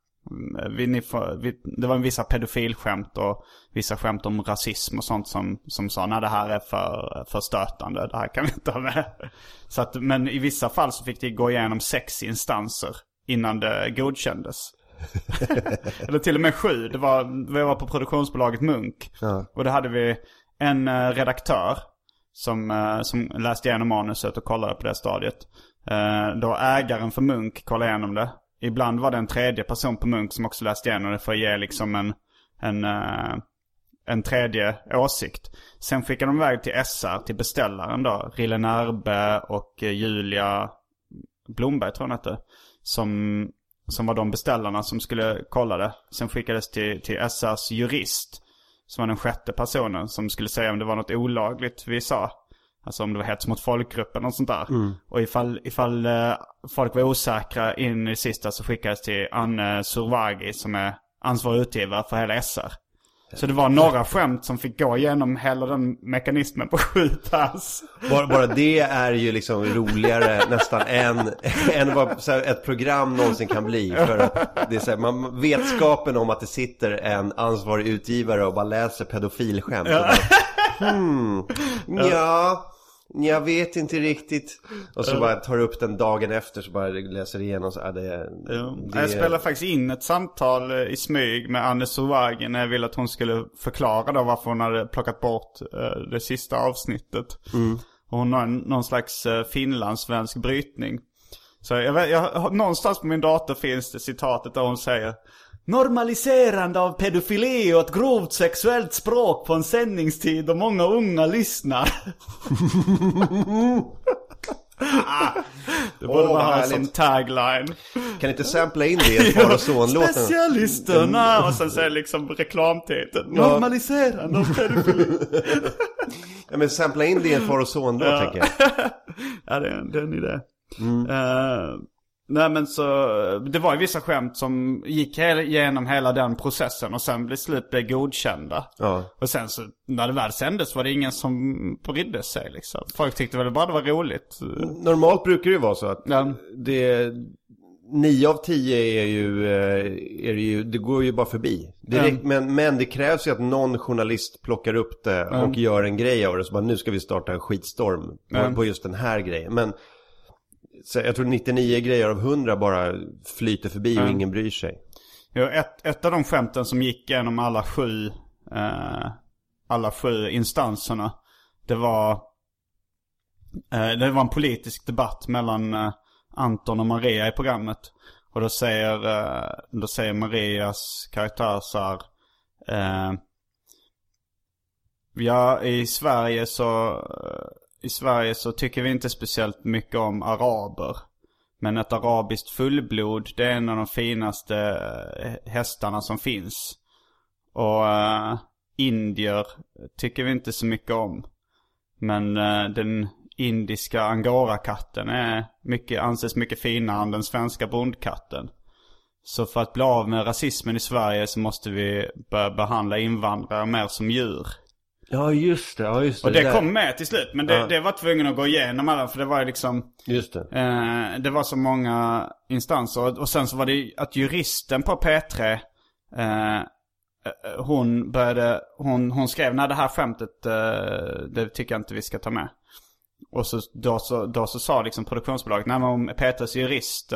G: det var en vissa pedofilskämt och vissa skämt om rasism och sånt som sa nej det här är för stötande, det här kan vi inte ha med. Så att, men i vissa fall så fick det gå igenom 6 instanser innan det godkändes. Eller till och med 7. Vi var på produktionsbolaget Munk. Och då hade vi en redaktör som läste igenom manuset och kollade på det stadiet. Då ägaren för Munk kollade igenom det. Ibland var det en tredje person på Munk som också läste igenom det för att ge liksom en tredje åsikt. Sen skickade de iväg till SR, till beställaren då, Rille Närbe och Julia Blomberg tror jag inte, som var de beställarna som skulle kolla det. Sen skickades till SRs jurist, som var den 6:e personen, som skulle säga om det var något olagligt vi sa. Alltså om det var hets mot folkgruppen och sånt där. Och ifall folk var osäkra in i sista så skickades till Anne Survagi som är ansvarig utgivare för hela SR. Så det var några skämt som fick gå igenom hela den mekanismen på 7 pass.
F: Bara det är ju liksom roligare nästan än vad så här, ett program någonsin kan bli. För att det är så här, vetskapen om att det sitter en ansvarig utgivare och bara läser pedofilskämt. Jag vet inte riktigt. Och så bara tar upp den dagen efter, så bara läser igenom så
G: Jag spelade faktiskt in ett samtal i smyg med Anne Survagi när jag ville att hon skulle förklara då varför hon hade plockat bort det sista avsnittet. Och hon har någon slags finlandssvensk brytning. Så jag någonstans på min dator finns det citatet där hon säger: normaliserande av pedofili och ett grovt sexuellt språk på en sändningstid och många unga lyssnar. Det borde man ha som tagline.
F: Kan inte sampla in det i en far och son-låten?
G: Specialisterna. Och sen så är det liksom reklamtiteln. Normaliserande av pedofili.
F: Ja, men sampla in det i en far och son-låt tänker jag.
G: Ja, det är en idé. Nej men så det var ju vissa skämt som gick igenom hela den processen och sen blev godkända. Och sen så när det väl sändes var det ingen som brydde sig liksom. Folk tyckte väl bara det var roligt.
F: Normalt brukar det ju vara så att 9 av 10 är ju det går ju bara förbi. Men det krävs ju att någon journalist plockar upp det och gör en grej av det, så bara nu ska vi starta en skitstorm på just den här grejen. Men så jag tror 99 grejer av 100 bara flyter förbi och ingen bryr sig.
G: Jo, ett av de skämten som gick igenom alla sju instanserna, det var en politisk debatt mellan Anton och Maria i programmet. Och då säger Marias karaktär så här, I Sverige så tycker vi inte speciellt mycket om araber. Men ett arabiskt fullblod, det är en av de finaste hästarna som finns. Och indier tycker vi inte så mycket om. Men den indiska angorakatten anses mycket finare än den svenska bondkatten. Så för att bli av med rasismen i Sverige så måste vi börja behandla invandrare mer som djur. Ja just det. Och det kom med till slut. Men det var tvungen att gå igenom alla. För det var ju liksom... Just det. Det var så många instanser. Och sen så var det att juristen på P3... Hon skrev, nej det här skämtet det tycker jag inte vi ska ta med. Och då så sa liksom produktionsbolaget, nej men om Peters jurist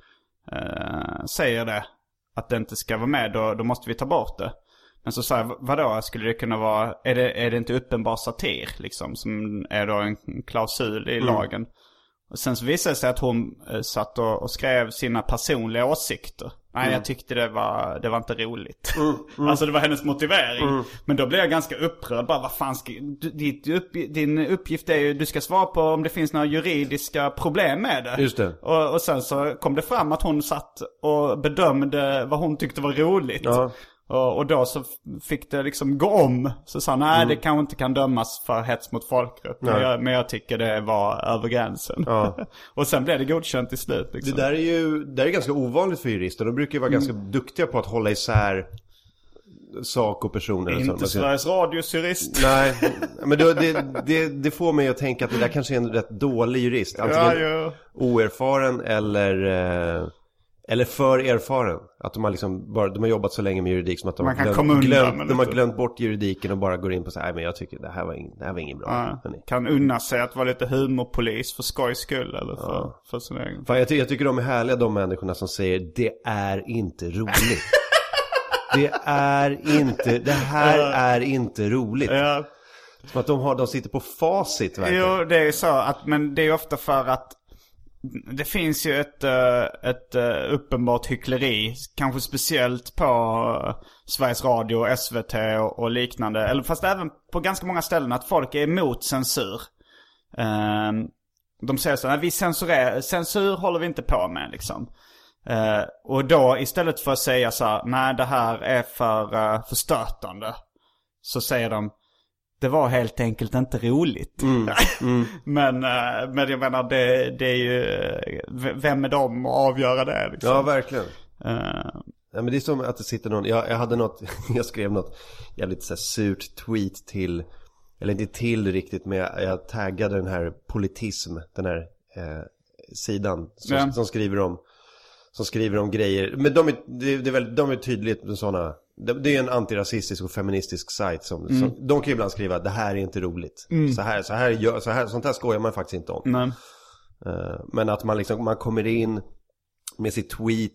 G: säger det, att det inte ska vara med, då måste vi ta bort det. Men så sa jag, vadå, skulle det kunna vara, är det inte uppenbar satir liksom, som är då en klausul i lagen. Och sen så visade det sig att hon satt och skrev sina personliga åsikter. Nej, jag tyckte det var inte roligt. Alltså det var hennes motivering. Men då blev jag ganska upprörd. Bara, vad fan din uppgift är ju, du ska svara på om det finns några juridiska problem med det. Just det. Och sen så kom det fram att hon satt och bedömde vad hon tyckte var roligt. Ja. Och då så fick det liksom gå om. Så sa nej, det kanske inte kan dömas för hets mot folkgrupp. Men jag tycker det var över gränsen. Ja. Och sen blev det godkänt till slut. Liksom.
F: Det där är ganska ovanligt för jurister. De brukar ju vara ganska duktiga på att hålla isär sak och personer.
G: Inte Sveriges Radios jurist.
F: Nej, men det får mig att tänka att det där kanske är en rätt dålig jurist. Antingen oerfaren eller för erfaren. Att de har liksom de har jobbat så länge med juridik som att de har glömt bort juridiken och bara går in på så här, men jag tycker det här var inget bra.
G: Kan unna sig att vara lite humorpolis för skojs skull eller för sin egen.
F: Fan, jag tycker de är härliga, de människorna som säger det är inte roligt. Det här är inte roligt. Ja. Som att de sitter på facit verkligen.
G: Jo, det är så att, men det är ofta för att det finns ju ett uppenbart hyckleri, kanske speciellt på Sveriges Radio, SVT och liknande, eller fast även på ganska många ställen, att folk är emot censur. De säger så här, vi censur håller vi inte på med liksom. Och då istället för att säga så här, nej det här är för stötande, så säger de, det var helt enkelt inte roligt. Men jag menar, det är ju, vem är de att avgöra det liksom?
F: Ja, verkligen. Ja, men det är som att det sitter någon, jag skrev något jävligt så här surt tweet till, eller inte till riktigt, men jag taggade den här Politism, den här sidan som skriver om grejer. Men de är tydligt sådana. Det är en antirasistisk och feministisk sajt som de kan ju ibland skriva, det här är inte roligt. Sånt här skojar man faktiskt inte om.
G: Nej.
F: Men att man kommer in med sitt tweet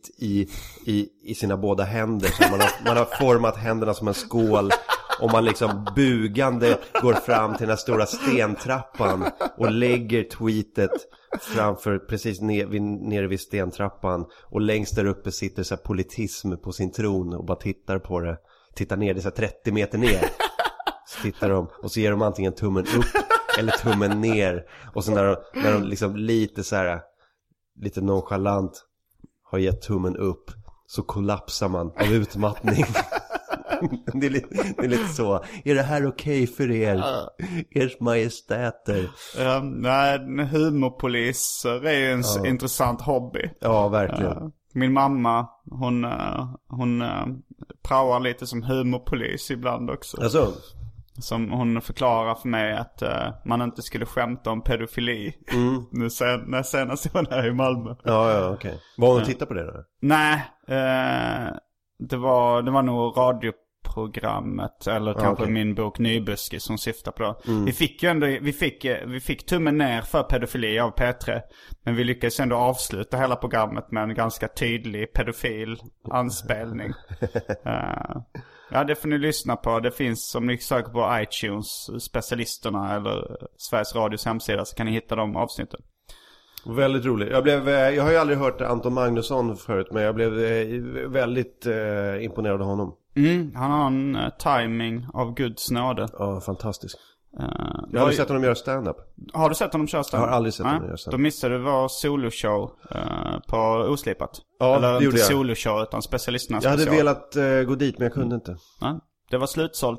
F: i sina båda händer, så man har format händerna som en skål. Och man liksom bugande går fram till den här stora stentrappan och lägger tweetet framför, precis nere vid stentrappan. Och längst där uppe sitter så här Politism på sin tron och bara tittar på det. Tittar ner, det är så här 30 meter ner. Så tittar de och så ger de antingen tummen upp eller tummen ner. Och så när de liksom lite så här, lite nonchalant har gett tummen upp, så kollapsar man av utmattning. Det är lite så. Är det här okej för er? Ers majestäter?
G: Nej, humorpoliser är ju en intressant hobby.
F: Ja, verkligen.
G: Min mamma, hon praoar lite som humorpolis ibland också.
F: Alltså?
G: Som hon förklarar för mig att man inte skulle skämta om pedofili. När senast jag var här i Malmö.
F: Ja, okej. Var hon tittar på det då?
G: Nej, det var nog radioprogrammet eller kanske min bok Nybuske som syftar på det. Vi fick ju ändå vi fick tummen ner för pedofili av P3, men vi lyckades ändå avsluta hela programmet med en ganska tydlig pedofil anspelning. Ja, det får ni lyssna på. Det finns, om ni söker på iTunes, specialisterna eller Sveriges Radios hemsida, så kan ni hitta de avsnitten.
F: Väldigt roligt. Jag har ju aldrig hört Anton Magnusson förut, men jag blev väldigt imponerad av honom.
G: Han har en timing av Guds nåde.
F: Ja, fantastisk. Jag har aldrig sett honom göra stand-up.
G: Har du sett honom köra stand-up?
F: Jag har aldrig sett honom göra stand-up.
G: Då missade du vår soloshow på Oslipat.
F: Ja,
G: eller
F: det gjorde
G: inte
F: jag.
G: Soloshow utan specialisterna.
F: Jag hade velat gå dit, men jag kunde inte.
G: Ja, det var slutsålt.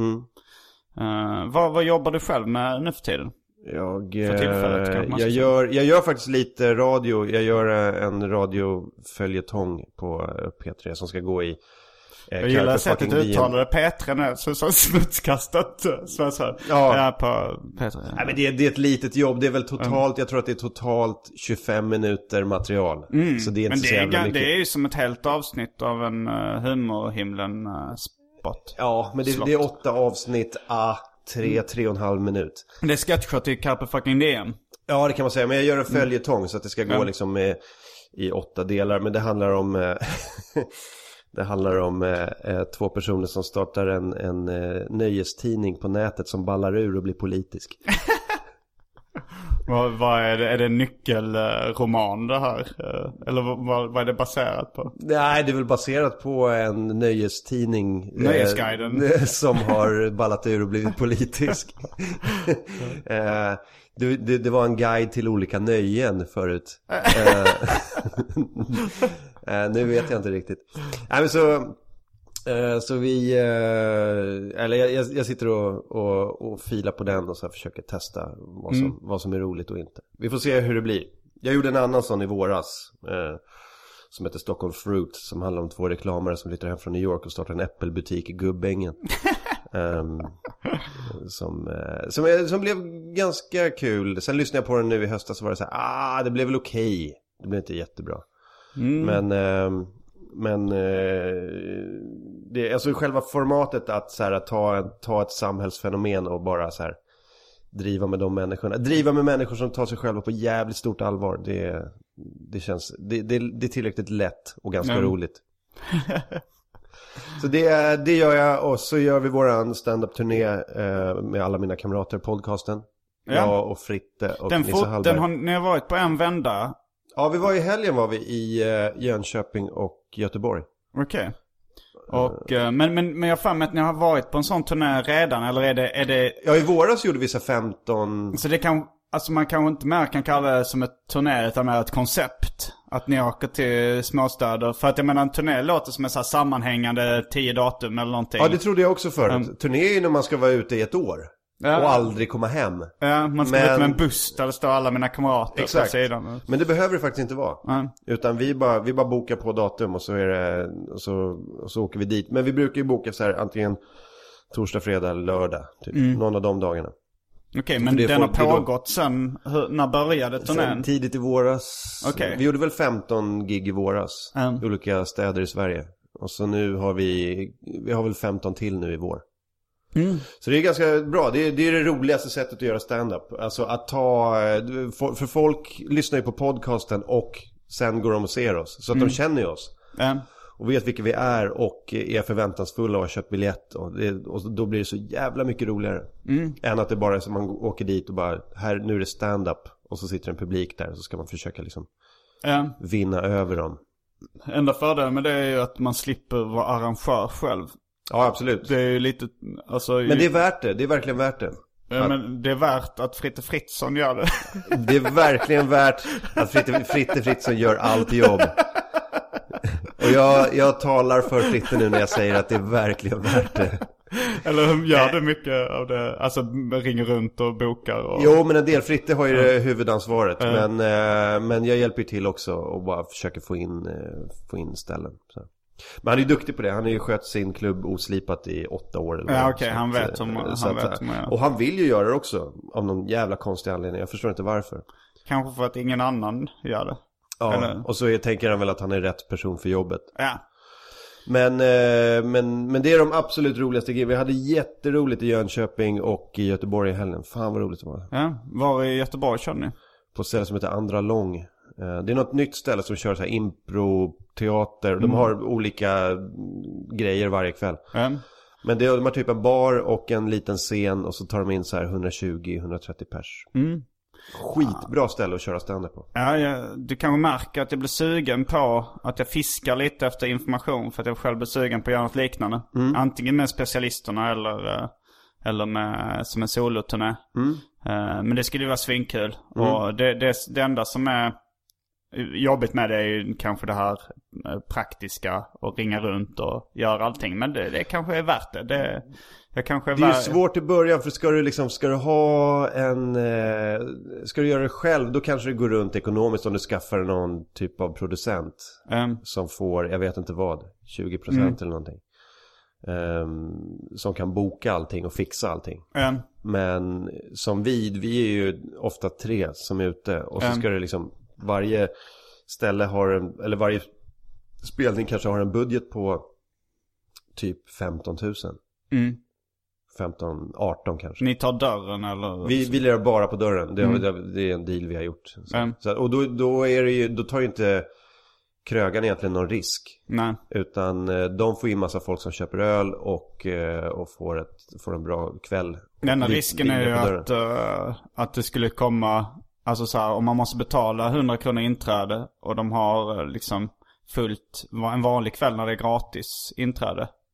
G: Vad jobbar du själv med nu för tiden?
F: Jag gör faktiskt lite radio. Jag gör en radioföljetong på P3 som ska gå i
G: jag gillar sättet du uttalade P3 nu, så smutskastat så. Ja, på P3.
F: Nej, men det är ett litet jobb. Det är väl totalt, jag tror att det är totalt 25 minuter material. Så det är inte så jävla mycket.
G: Det är ju som ett helt avsnitt av en humorhimlen spot.
F: Ja, men det är 8 avsnitt 3,5 minut.
G: Det är sketchshot i Carpe fucking DM.
F: Ja, det kan man säga. Men jag gör en följetong så att det ska gå liksom i 8 delar. Men det handlar om det handlar om 2 personer som startar en nöjestidning på nätet som ballar ur och blir politisk.
G: Vad är det? Är det en nyckelroman det här? Eller vad är det baserat på?
F: Nej, det är väl baserat på en nöjestidning.
G: Nöjesguiden.
F: Som har ballat ur och blivit politisk. Det var en guide till olika nöjen förut. Nu vet jag inte riktigt. Nej, men så Så vi, eller jag sitter och filar på den och så här försöker testa vad som är roligt och inte. Vi får se hur det blir. Jag gjorde en annan sån i våras som heter Stockholm Fruit, som handlar om 2 reklamare som flyttar hem från New York och startar en äppelbutik i Gubbängen. Som blev ganska kul. Sen lyssnade jag på den nu i höstas, så var det så här, det blev väl okej. Det blev inte jättebra. Men det, alltså själva formatet att så här, ta ett samhällsfenomen och bara så här driva med de människorna. Driva med människor som tar sig själva på jävligt stort allvar. Det känns det är tillräckligt lätt och ganska roligt. Så det gör jag, och så gör vi våran stand-up-turné med alla mina kamrater, podcasten. Jag och Fritte och Nisse Hallberg.
G: Ni har varit på en vända.
F: Ja, vi var i helgen i Jönköping och Göteborg.
G: Okej. Och men jag har för mig att ni har varit på en sån turné redan, eller är det...
F: Ja, i våras gjorde vi så 15...
G: Så det kan, alltså man kanske inte mer kan kalla det som ett turné utan mer ett koncept. Att ni åker till småstäder. För att jag menar, en turné låter som en så här sammanhängande 10 datum eller någonting.
F: Ja, det trodde jag också förut. Turné är ju när man ska vara ute i ett år. Och aldrig komma hem.
G: Ja, man ska ut med en buss där det står alla mina kamrater på sidan.
F: Men det behöver det faktiskt inte vara. Utan vi bara bokar på datum och så är det, och så åker vi dit. Men vi brukar ju boka så här antingen torsdag, fredag eller lördag typ. Någon av de dagarna.
G: Okej, men den har pågått sen, när började turnén?
F: Sen tidigt i våras. Vi gjorde väl 15 gig i våras i olika städer i Sverige. Och så nu har vi har väl 15 till nu i vår. Så det är ganska bra. Det är det roligaste sättet att göra stand-up. Alltså att för folk lyssnar ju på podcasten och sen går de och ser oss. Så att de känner oss. Och vet vilka vi är och är förväntansfulla och har köpt biljett. Och då blir det så jävla mycket roligare. Än att det bara är som man åker dit och bara, nu är det stand-up. Och så sitter en publik där och så ska man försöka liksom vinna över dem.
G: Enda fördelen med det är ju att man slipper vara arrangör själv.
F: Ja, absolut.
G: Det är ju lite, alltså...
F: Men det är värt det, det är verkligen värt det.
G: Ja, men det är värt att Fritte Fritzson gör det.
F: Det är verkligen värt att Fritte Fritzson gör allt jobb. Och jag talar för Fritte nu när jag säger att det är verkligen värt det.
G: Eller gör det mycket av det, alltså ringer runt och bokar och...
F: Jo, men en del, Fritte har ju huvudansvaret. Men jag hjälper till också och bara försöker få in ställen så. Men han är ju duktig på det. Han har ju skött sin klubb oslipat i 8 år eller
G: ja, okej, han vet om
F: och han vill ju göra det också av någon jävla konstig anledning. Jag förstår inte varför.
G: Kanske för att ingen annan gör det.
F: Ja, eller? Och så tänker han väl att han är rätt person för jobbet. Ja. Men det är de absolut roligaste grejerna. Vi hade jätteroligt i Jönköping och i Göteborg i helgen. Fan vad roligt det var.
G: Ja, var i Göteborg körde ni?
F: På ett ställe som heter Andra Lång. Det är något nytt ställe som kör så här impro-teater. De har olika grejer varje kväll. Men de har typ en bar och en liten scen. Och så tar de in så här 120-130 pers. Skitbra ställe att köra stand-up på.
G: Ja, du kan märka att jag blir sugen på att jag fiskar lite efter information. För att jag själv blir sugen på att göra något liknande. Antingen med specialisterna eller med som en soloturné. Men det skulle ju vara svinkul. Och det enda som är jobbigt med det är ju kanske det här praktiska och ringa runt och göra allting. Men det kanske är värt det. Det är ju
F: svårt i början, för ska du göra det själv, då kanske det går runt ekonomiskt om du skaffar någon typ av producent som får, jag vet inte vad, 20% eller någonting. Som kan boka allting och fixa allting. Men som vi är ju ofta 3 som är ute. Och så ska det liksom, varje ställe eller varje spelning kanske har en budget på typ 15 000. 15-18 kanske.
G: Ni tar dörren eller?
F: Vi lirar bara på dörren. Det är en deal vi har gjort. Så, och då är det ju, då tar ju inte krögan egentligen någon risk.
G: Nej.
F: Utan de får in massa folk som köper öl och får en bra kväll.
G: Den enda risken är ju att det skulle komma, alltså så här, om man måste betala 100 kronor inträde och de har liksom fullt en vanlig kväll när det är gratis inträde.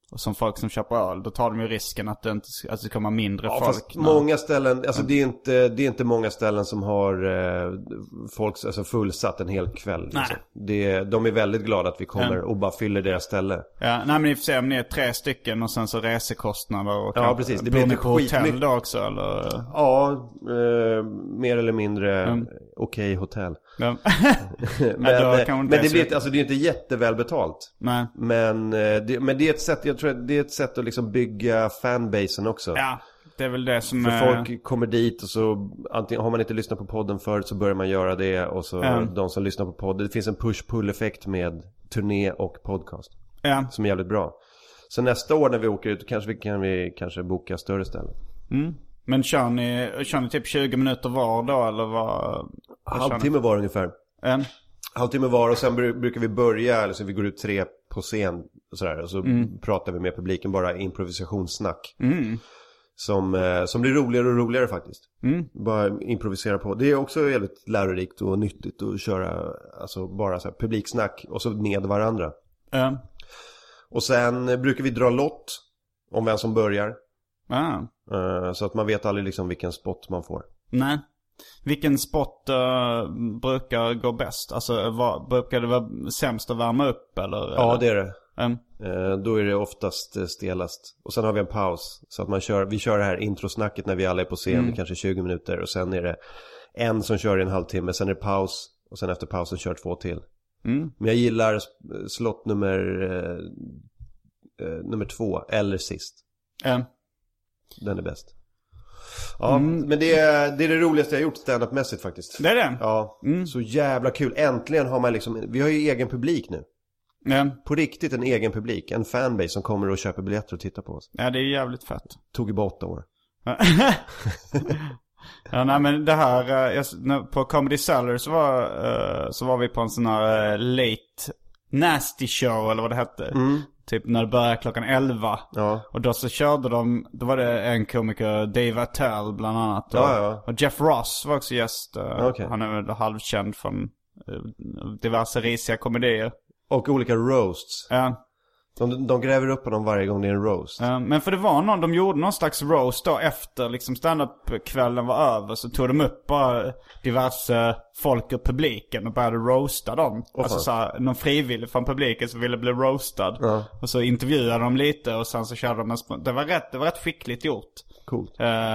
G: och som folk som köper öl, då tar de ju risken att det kommer mindre folk.
F: Fast många ställen, alltså det är inte många ställen som har folk alltså fullsatt en hel kväll. Liksom. De är väldigt glada att vi kommer och bara fyller deras ställe.
G: Ja, nej men i och för sig om ni är 3 stycken och sen så resekostnader och
F: precis.
G: Det blir inte på hotell då också eller?
F: Ja, mer eller mindre okej hotell.
G: Ja.
F: men det blir alltså det är inte jättevälbetalt.
G: Nej.
F: Men det är ett sätt, jag tror att det är ett sätt att liksom bygga fanbasen också.
G: Ja, det är väl det som
F: för folk kommer dit och så antingen har man inte lyssnat på podden förut så börjar man göra det och så de som lyssnar på podden, det finns en push-pull-effekt med turné och podcast.
G: Ja.
F: Som är jävligt bra. Så nästa år när vi åker ut kan vi kanske boka större ställen.
G: Men kör ni typ 20 minuter var då eller vad?
F: Halvtimme var ungefär. Halvtimme var och sen brukar vi börja, eller så vi går ut 3 på scen och sådär, och så pratar vi med publiken, bara improvisationssnack. Som blir roligare och roligare faktiskt. Bara improvisera på. Det är också väldigt lärorikt och nyttigt att köra alltså bara så här publiksnack och så med varandra. Och sen brukar vi dra lott om vem som börjar. Så att man vet aldrig liksom vilken spot man får. Nej.
G: Vilken spot brukar gå bäst? Alltså brukar det vara sämst att värma upp eller?
F: Ja, det är det. Då är det oftast stelast. Och sen har vi en paus. Så att vi kör det här introsnacket när vi alla är på scen, kanske 20 minuter. Och sen är det en som kör i en halvtimme. Sen är det paus. Och sen efter pausen kör 2 till. Men jag gillar slott nummer 2 eller sist. Den är bäst. Ja, men det är det roligaste jag gjort stand-up-mässigt faktiskt.
G: Det är det?
F: Ja, så jävla kul. Äntligen har man liksom, vi har ju egen publik nu. På riktigt en egen publik. En fanbase som kommer och köper biljetter och tittar på oss.
G: Ja, det är jävligt fett.
F: Tog ju bara 8 år.
G: Ja, nej men det här på Comedy Cellar så var vi på en sån här late nasty show eller vad det hette. Typ när det började klockan 11. Och då så körde då var det en komiker, Dave Attell bland annat. Och Jeff Ross var också gäst. Han är väl halvkänd från diverse risiga komedier.
F: Och olika roasts. De gräver upp på dem varje gång det är en roast.
G: Men för det var de gjorde någon slags roast då efter liksom stand-up-kvällen var över. Så tog de upp bara diverse folk ur publiken och började roasta dem. Alltså såhär, någon frivillig från publiken som ville bli roastad. Och så intervjuade de lite och sen så körde de det var rätt skickligt gjort.
F: Coolt.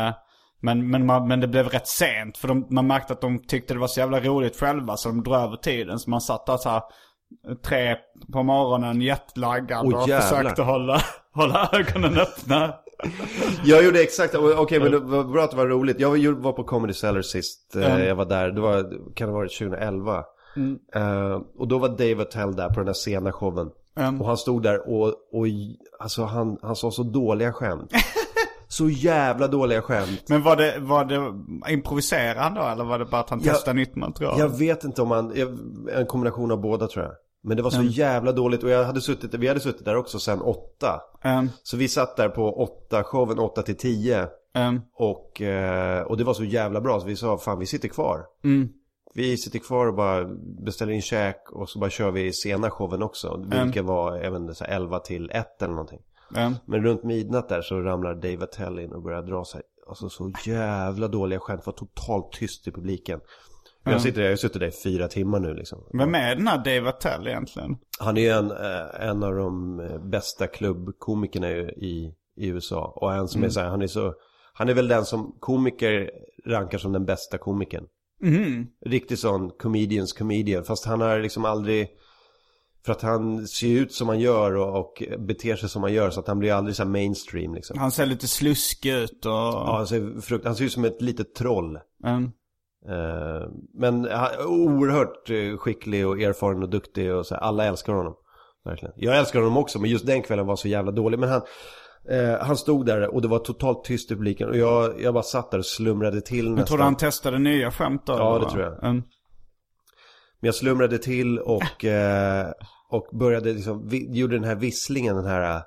G: Men det blev rätt sent. För man märkte att de tyckte det var så jävla roligt själva. Så de drog över tiden. Så man satt där såhär 3 på morgonen jetlaggad och försökte hålla ögonen öppna.
F: Jag gjorde exakt. Okej, men det var bra att det var roligt. Jag var på Comedy Cellar sist. Jag var där, kan det ha varit 2011. Och då var Dave Attell där på den här sena showen. Och han stod där och alltså han sa så dåliga skämt. Så jävla dåliga skämt.
G: Men var det improviserade han då? Eller var det bara att han testade nytt material?
F: Jag vet inte om en kombination av båda tror jag. Men det var så jävla dåligt. Och vi hade suttit där också sen 8. Så vi satt där på 8-showen 8-10. Och det var så jävla bra. Så vi sa, fan vi sitter kvar. Vi sitter kvar och bara beställer in käk. Och så bara kör vi sena showen också. Vilken var även 11-1 eller någonting. Men runt midnatt där så ramlar Dave Attell in och börjar dra sig. Alltså så jävla dåliga skämt. Var totalt tyst i publiken. Jag har suttit där i 4 timmar nu liksom.
G: Vem är den här Dave Attell egentligen?
F: Han är en av de bästa klubbkomikerna i USA. Och en som är så här, han är väl den som komiker rankar som den bästa komikern. Riktigt sån comedian. Fast han har liksom aldrig... För att han ser ut som han gör och beter sig som han gör. Så att han blir aldrig så här mainstream liksom.
G: Han ser lite sluskig ut och...
F: Ja, han ser ut som ett litet troll. Men oerhört skicklig och erfaren och duktig och så här, alla älskar honom verkligen. Jag älskar honom också, men just den kvällen var så jävla dålig. Men han stod där och det var totalt tyst i publiken. Och jag bara satt där och slumrade till nästan.
G: Jag tror han testade nya skämt då.
F: Ja, det tror jag. Men jag slumrade till och började liksom, gjorde den här visslingen, den här...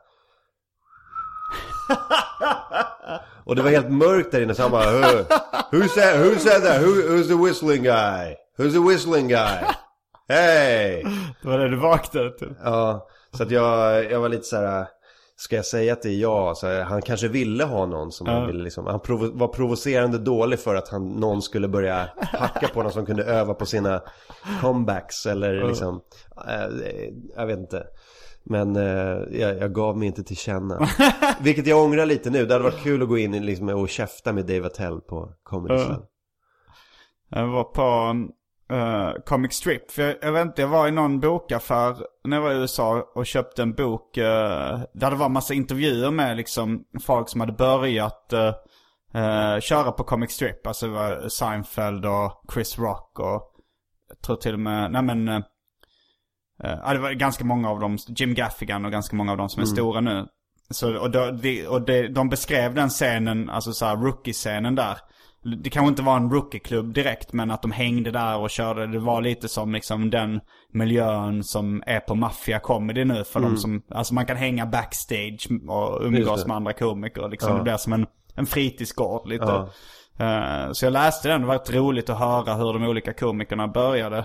F: Och det var helt mörkt där inne, så han bara Who said that? Who's the whistling guy? Who's the whistling guy? Hey!
G: Det var det du vaknade till.
F: Ja, så att jag var lite så här ska jag säga att det är jag? Så han kanske ville ha någon som han ville liksom, han var provocerande dålig för att någon skulle börja hacka på någon som kunde öva på sina comebacks eller liksom, jag vet inte. Men jag gav mig inte till känna. Vilket jag ångrar lite nu. Det hade varit kul att gå in liksom, och käfta med Dave Attell på Comedy Cell.
G: Jag var på Comic Strip. För jag vet inte, jag var i någon bokaffär när jag var i USA och köpte en bok där det var massa intervjuer med liksom folk som hade börjat köra på Comic Strip. Alltså det var Seinfeld och Chris Rock och jag tror till och med det var ganska många av dem, Jim Gaffigan och ganska många av dem som är stora nu. Så, de beskrev den scenen, alltså så här rookie-scenen där. Det kanske inte var en rookie-klubb direkt, men att de hängde där och körde. Det var lite som liksom den miljön som är på Mafia Comedy nu för de som, alltså man kan hänga backstage och umgås med andra komiker liksom. Det blir som en fritidsgård lite. Så jag läste den, det var rätt roligt att höra hur de olika komikerna började.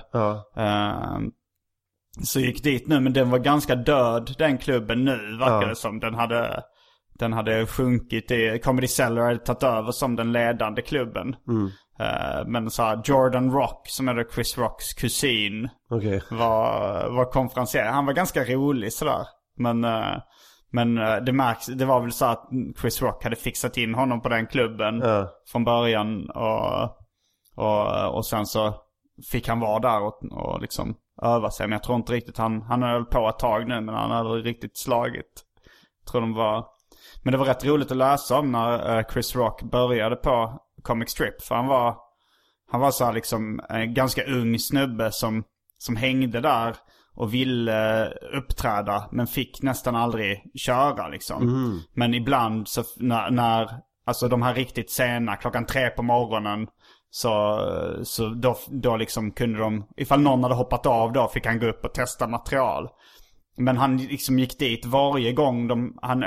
G: Så gick dit nu, men den var ganska död, den klubben nu, verkar det som. Den hade sjunkit i, Comedy Cellar hade tagit över som den ledande klubben. Men så här, Jordan Rock, som är Chris Rocks kusin, var konferencier. Han var ganska rolig sådär. Men det märks, det var väl så att Chris Rock hade fixat in honom på den klubben från början. Och sen så fick han vara där och liksom öva sig. Men jag tror inte riktigt, han höll på ett tag nu, men han hade riktigt slagit. Jag tror de var... Men det var rätt roligt att läsa om när Chris Rock började på Comic Strip. För han var så här liksom en ganska ung snubbe som hängde där och ville uppträda, men fick nästan aldrig köra liksom. Men ibland så när alltså de här riktigt sena, 3:00 på morgonen, så då liksom kunde de, ifall någon hade hoppat av då, fick han gå upp och testa material. Men han liksom gick dit varje gång han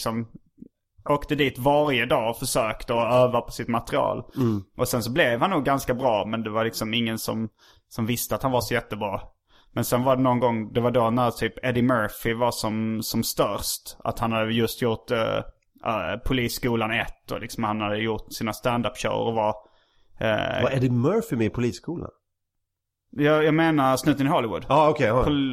G: åkte dit varje dag och försökte att öva på sitt material. Och sen så blev han nog ganska bra, men det var liksom ingen som visste att han var så jättebra. Men sen var det någon gång, det var då när typ Eddie Murphy var som störst, att han hade just gjort Polisskolan 1 och liksom han hade gjort sina stand-up show och var
F: Eddie Murphy med i Polisskolan?
G: Jag menar Snuten i Hollywood.
F: Okej.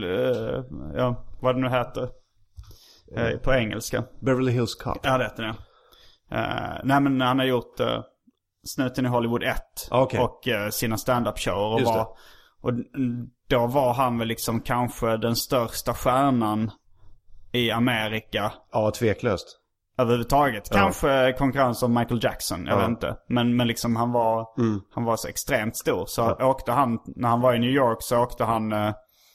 G: Vad det nu heter på engelska.
F: Beverly Hills Cop.
G: Ja, det heter det. Nej, men han har gjort Snuten i Hollywood 1 och sina stand-up shower och då var han väl liksom kanske den största stjärnan i Amerika. Ja,
F: tveklöst.
G: Överhuvudtaget. Kanske konkurrens av Michael Jackson, jag vet inte. Men liksom han var så extremt stor. Så åkte han, när han var i New York så åkte han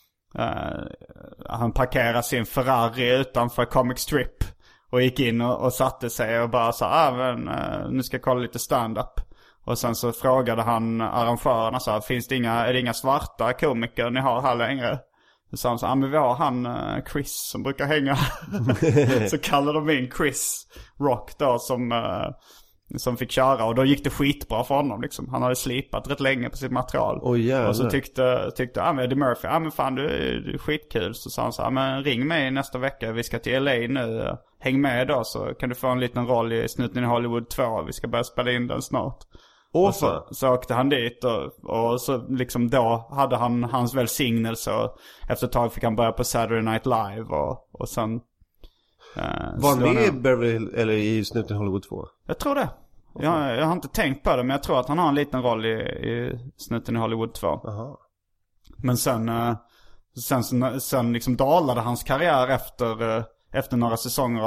G: parkerade sin Ferrari utanför Comic Strip och gick in och satte sig och bara sa nu ska jag kolla lite stand-up. Och sen så frågade han arrangörerna så här, är det inga svarta komiker ni har här längre? Så han sa, men vi har han Chris som brukar hänga. Så kallade de in Chris Rock då som fick köra. Och då gick det skitbra för honom liksom. Han hade slipat rätt länge på sitt material. Och så tyckte Eddie Murphy, men fan du är skitkul. Så sa han så här, men ring mig nästa vecka. Vi ska till LA nu. Häng med då så kan du få en liten roll i Snuten i Hollywood 2. Vi ska börja spela in den snart. Och så åkte han dit och så liksom då hade han hans välsignelse och efter ett tag fick han börja på Saturday Night Live och sen
F: var han med i Beverly eller i Snuten Hollywood 2?
G: Jag tror det. Jag har inte tänkt på det, men jag tror att han har en liten roll i Snuten i Hollywood 2. Aha. Men sen liksom dalade hans karriär efter några säsonger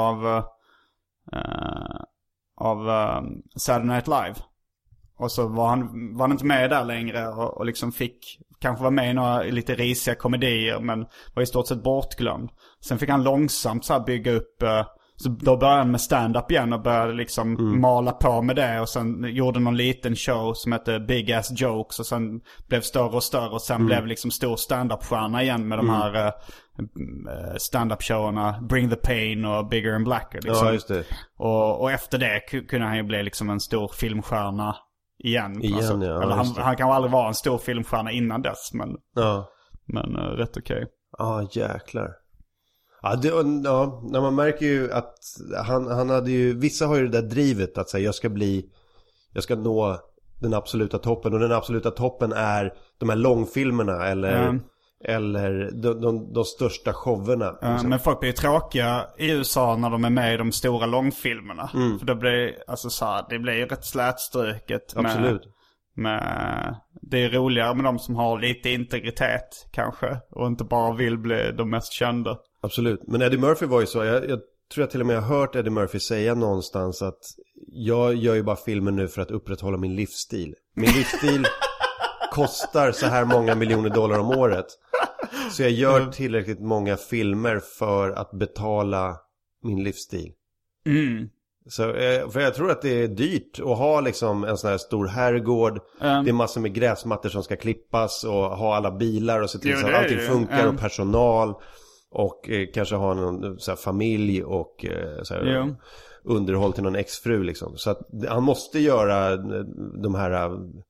G: av Saturday Night Live. Och så var han inte med där längre och liksom fick kanske vara med i några lite risiga komedier, men var i stort sett bortglömd. Sen fick han långsamt så här bygga upp, så då började han med stand-up igen och började liksom mala på med det. Och sen gjorde någon liten show som hette Big Ass Jokes och sen blev större och större. Och sen blev liksom stor stand-up-stjärna igen med de här stand-up-showerna Bring the Pain och Bigger and Blacker liksom.
F: Ja, just det.
G: Och efter det kunde han ju bli liksom en stor filmstjärna igen alltså.
F: Ja,
G: eller han kan aldrig vara en stor filmstjärna innan dess, men rätt okej.
F: Jäklar. Ja, när man märker ju att han hade ju, vissa har ju det där drivet att säga jag ska nå den absoluta toppen, och den absoluta toppen är de här långfilmerna eller de största showerna.
G: Men folk blir tråkiga i USA när de är med i de stora långfilmerna. För då blir det blir ju rätt slätstruket.
F: Absolut.
G: Det är roligare med de som har lite integritet kanske, och inte bara vill bli de mest kända.
F: Absolut, men Eddie Murphy var ju så, jag tror jag till och med har hört Eddie Murphy säga någonstans att jag gör ju bara filmer nu för att upprätthålla min livsstil. Min livsstil kostar så här många miljoner dollar om året. Så jag gör tillräckligt många filmer för att betala min livsstil. Så, för jag tror att det är dyrt att ha liksom en sån här stor herrgård. Det är massor med gräsmattor som ska klippas och ha alla bilar och se till så att allting funkar och personal. Och kanske ha någon så här familj och så här, underhåll till någon exfru liksom. Så att han måste göra de här,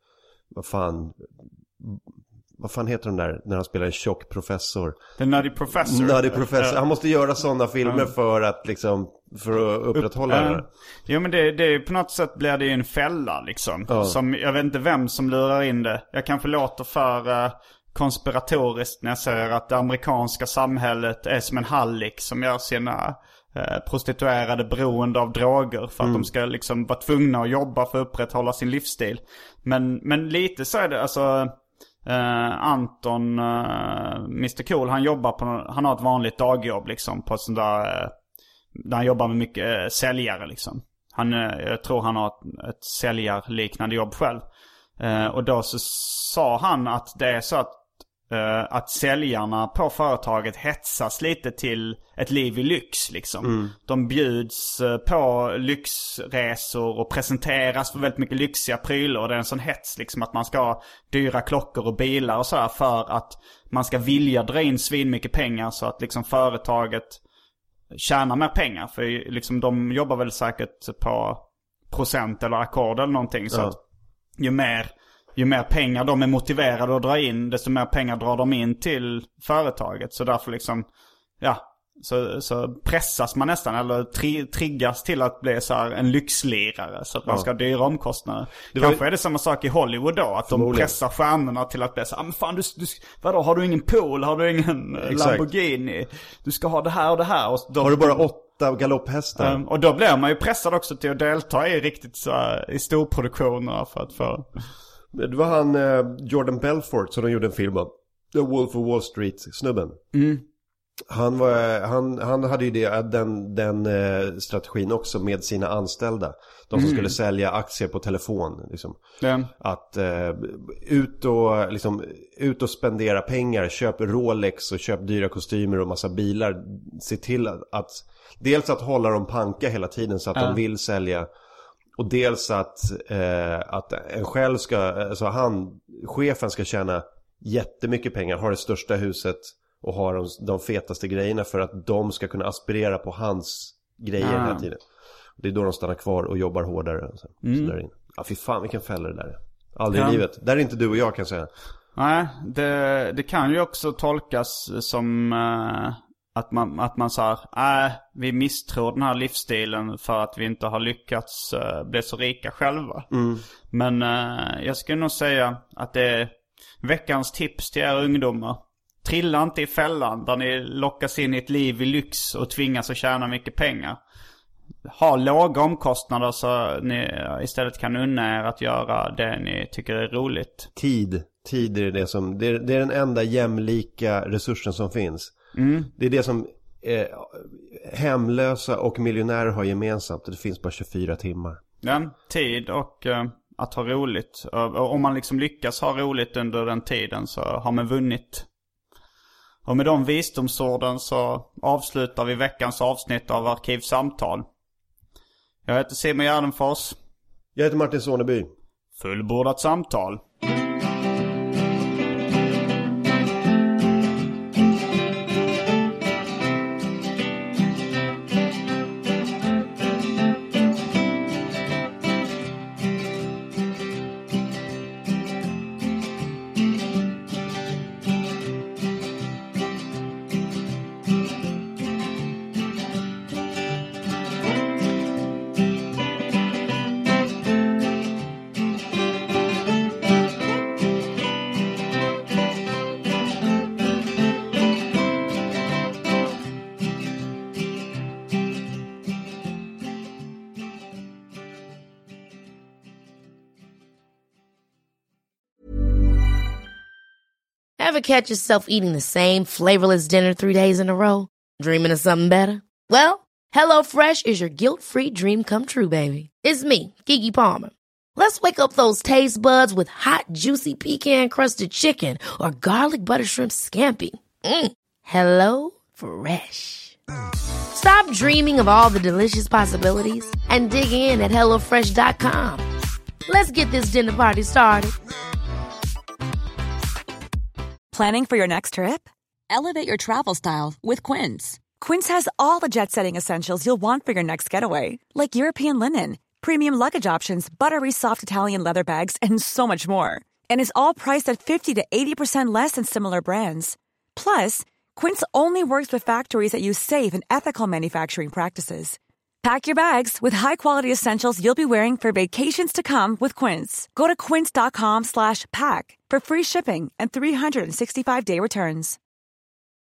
F: vad fan heter de där när han spelar en tjock professor?
G: The Nutty Professor.
F: Han måste göra sådana filmer för att liksom, för att upprätthålla det.
G: Jo, men det är på något sätt blir det ju en fälla liksom. Som, jag vet inte vem som lurar in det. Jag kan förlåta för konspiratoriskt när jag säger att det amerikanska samhället är som en hallick som gör sina prostituerade beroende av droger för att de ska liksom vara tvungna att jobba för att upprätthålla sin livsstil. Men lite så är det, alltså Anton, Mr. Cool, han har ett vanligt dagjobb liksom på sån där han jobbar med mycket säljare liksom. Jag tror han har ett säljarliknande jobb själv. Och då så sa han att det är så att säljarna på företaget hetsas lite till ett liv i lyx liksom. De bjuds på lyxresor och presenteras för väldigt mycket lyxiga prylar, och det är en sån hets liksom att man ska ha dyra klockor och bilar och så här för att man ska vilja dra in svin mycket pengar så att liksom företaget tjänar mer pengar, för liksom de jobbar väl säkert på procent eller ackord eller någonting, så att ju mer pengar de är motiverade att dra in, desto mer pengar drar de in till företaget. Så därför liksom, så pressas man nästan, eller triggas till att bli så här en lyxlirare, så att man ska ha dyra omkostnader. Kanske är det samma sak i Hollywood då, att de pressar stjärnorna till att bli så här, men fan, vadå, har du ingen pool, har du ingen Lamborghini, du ska ha det här och det här. Och då,
F: har du bara 8 galopphästar?
G: Och då blir man ju pressad också till att delta i riktigt så här, i storproduktioner för att få...
F: Det var han Jordan Belfort som de gjorde en film om, The Wolf of Wall Street-snubben. Han hade ju den strategin också med sina anställda. De som skulle sälja aktier på telefon liksom. Att ut och spendera pengar, köp Rolex och köp dyra kostymer och massa bilar. Se till att dels att hålla dem panka hela tiden så att de vill sälja. Och dels att en själv ska, alltså chefen ska tjäna jättemycket pengar, ha det största huset och ha de fetaste grejerna för att de ska kunna aspirera på hans grejer hela tiden. Det är då de stannar kvar och jobbar hårdare. Så där in. Ja, fy fan vilken fälla det där är. Aldrig i livet. Där är inte du och jag, kan säga.
G: Nej, det kan ju också tolkas som... Att man sa, vi misstror den här livsstilen för att vi inte har lyckats bli så rika själva. Men jag skulle nog säga att det är veckans tips till er ungdomar. Trilla inte i fällan där ni lockas in i ett liv i lyx och tvingas att tjäna mycket pengar. Ha låga omkostnader så ni istället kan unna er att göra det ni tycker är roligt.
F: Tid är det är den enda jämlika resursen som finns. Det är det som hemlösa och miljonärer har gemensamt. Det finns bara 24 timmar.
G: Tid och att ha roligt. Om man liksom lyckas ha roligt under den tiden så har man vunnit. Och med de visdomsorden så avslutar vi veckans avsnitt av Arkivsamtal. Jag heter Simon Gärdenfors.
F: Jag heter Martin Soneby.
G: Fullbordat samtal.
D: Ever catch yourself eating the same flavorless dinner 3 days in a row? Dreaming of something better? Well, HelloFresh is your guilt-free dream come true, baby. It's me, Keke Palmer. Let's wake up those taste buds with hot, juicy pecan-crusted chicken or garlic butter shrimp scampi. Hello Fresh. Stop dreaming of all the delicious possibilities and dig in at HelloFresh.com. Let's get this dinner party started.
H: Planning for your next trip? Elevate your travel style with Quince. Quince has all the jet-setting essentials you'll want for your next getaway, like European linen, premium luggage options, buttery soft Italian leather bags, and so much more. And is all priced at 50 to 80% less than similar brands. Plus, Quince only works with factories that use safe and ethical manufacturing practices. Pack your bags with high-quality essentials you'll be wearing for vacations to come with Quince. Go to quince.com/pack for free shipping and 365-day returns.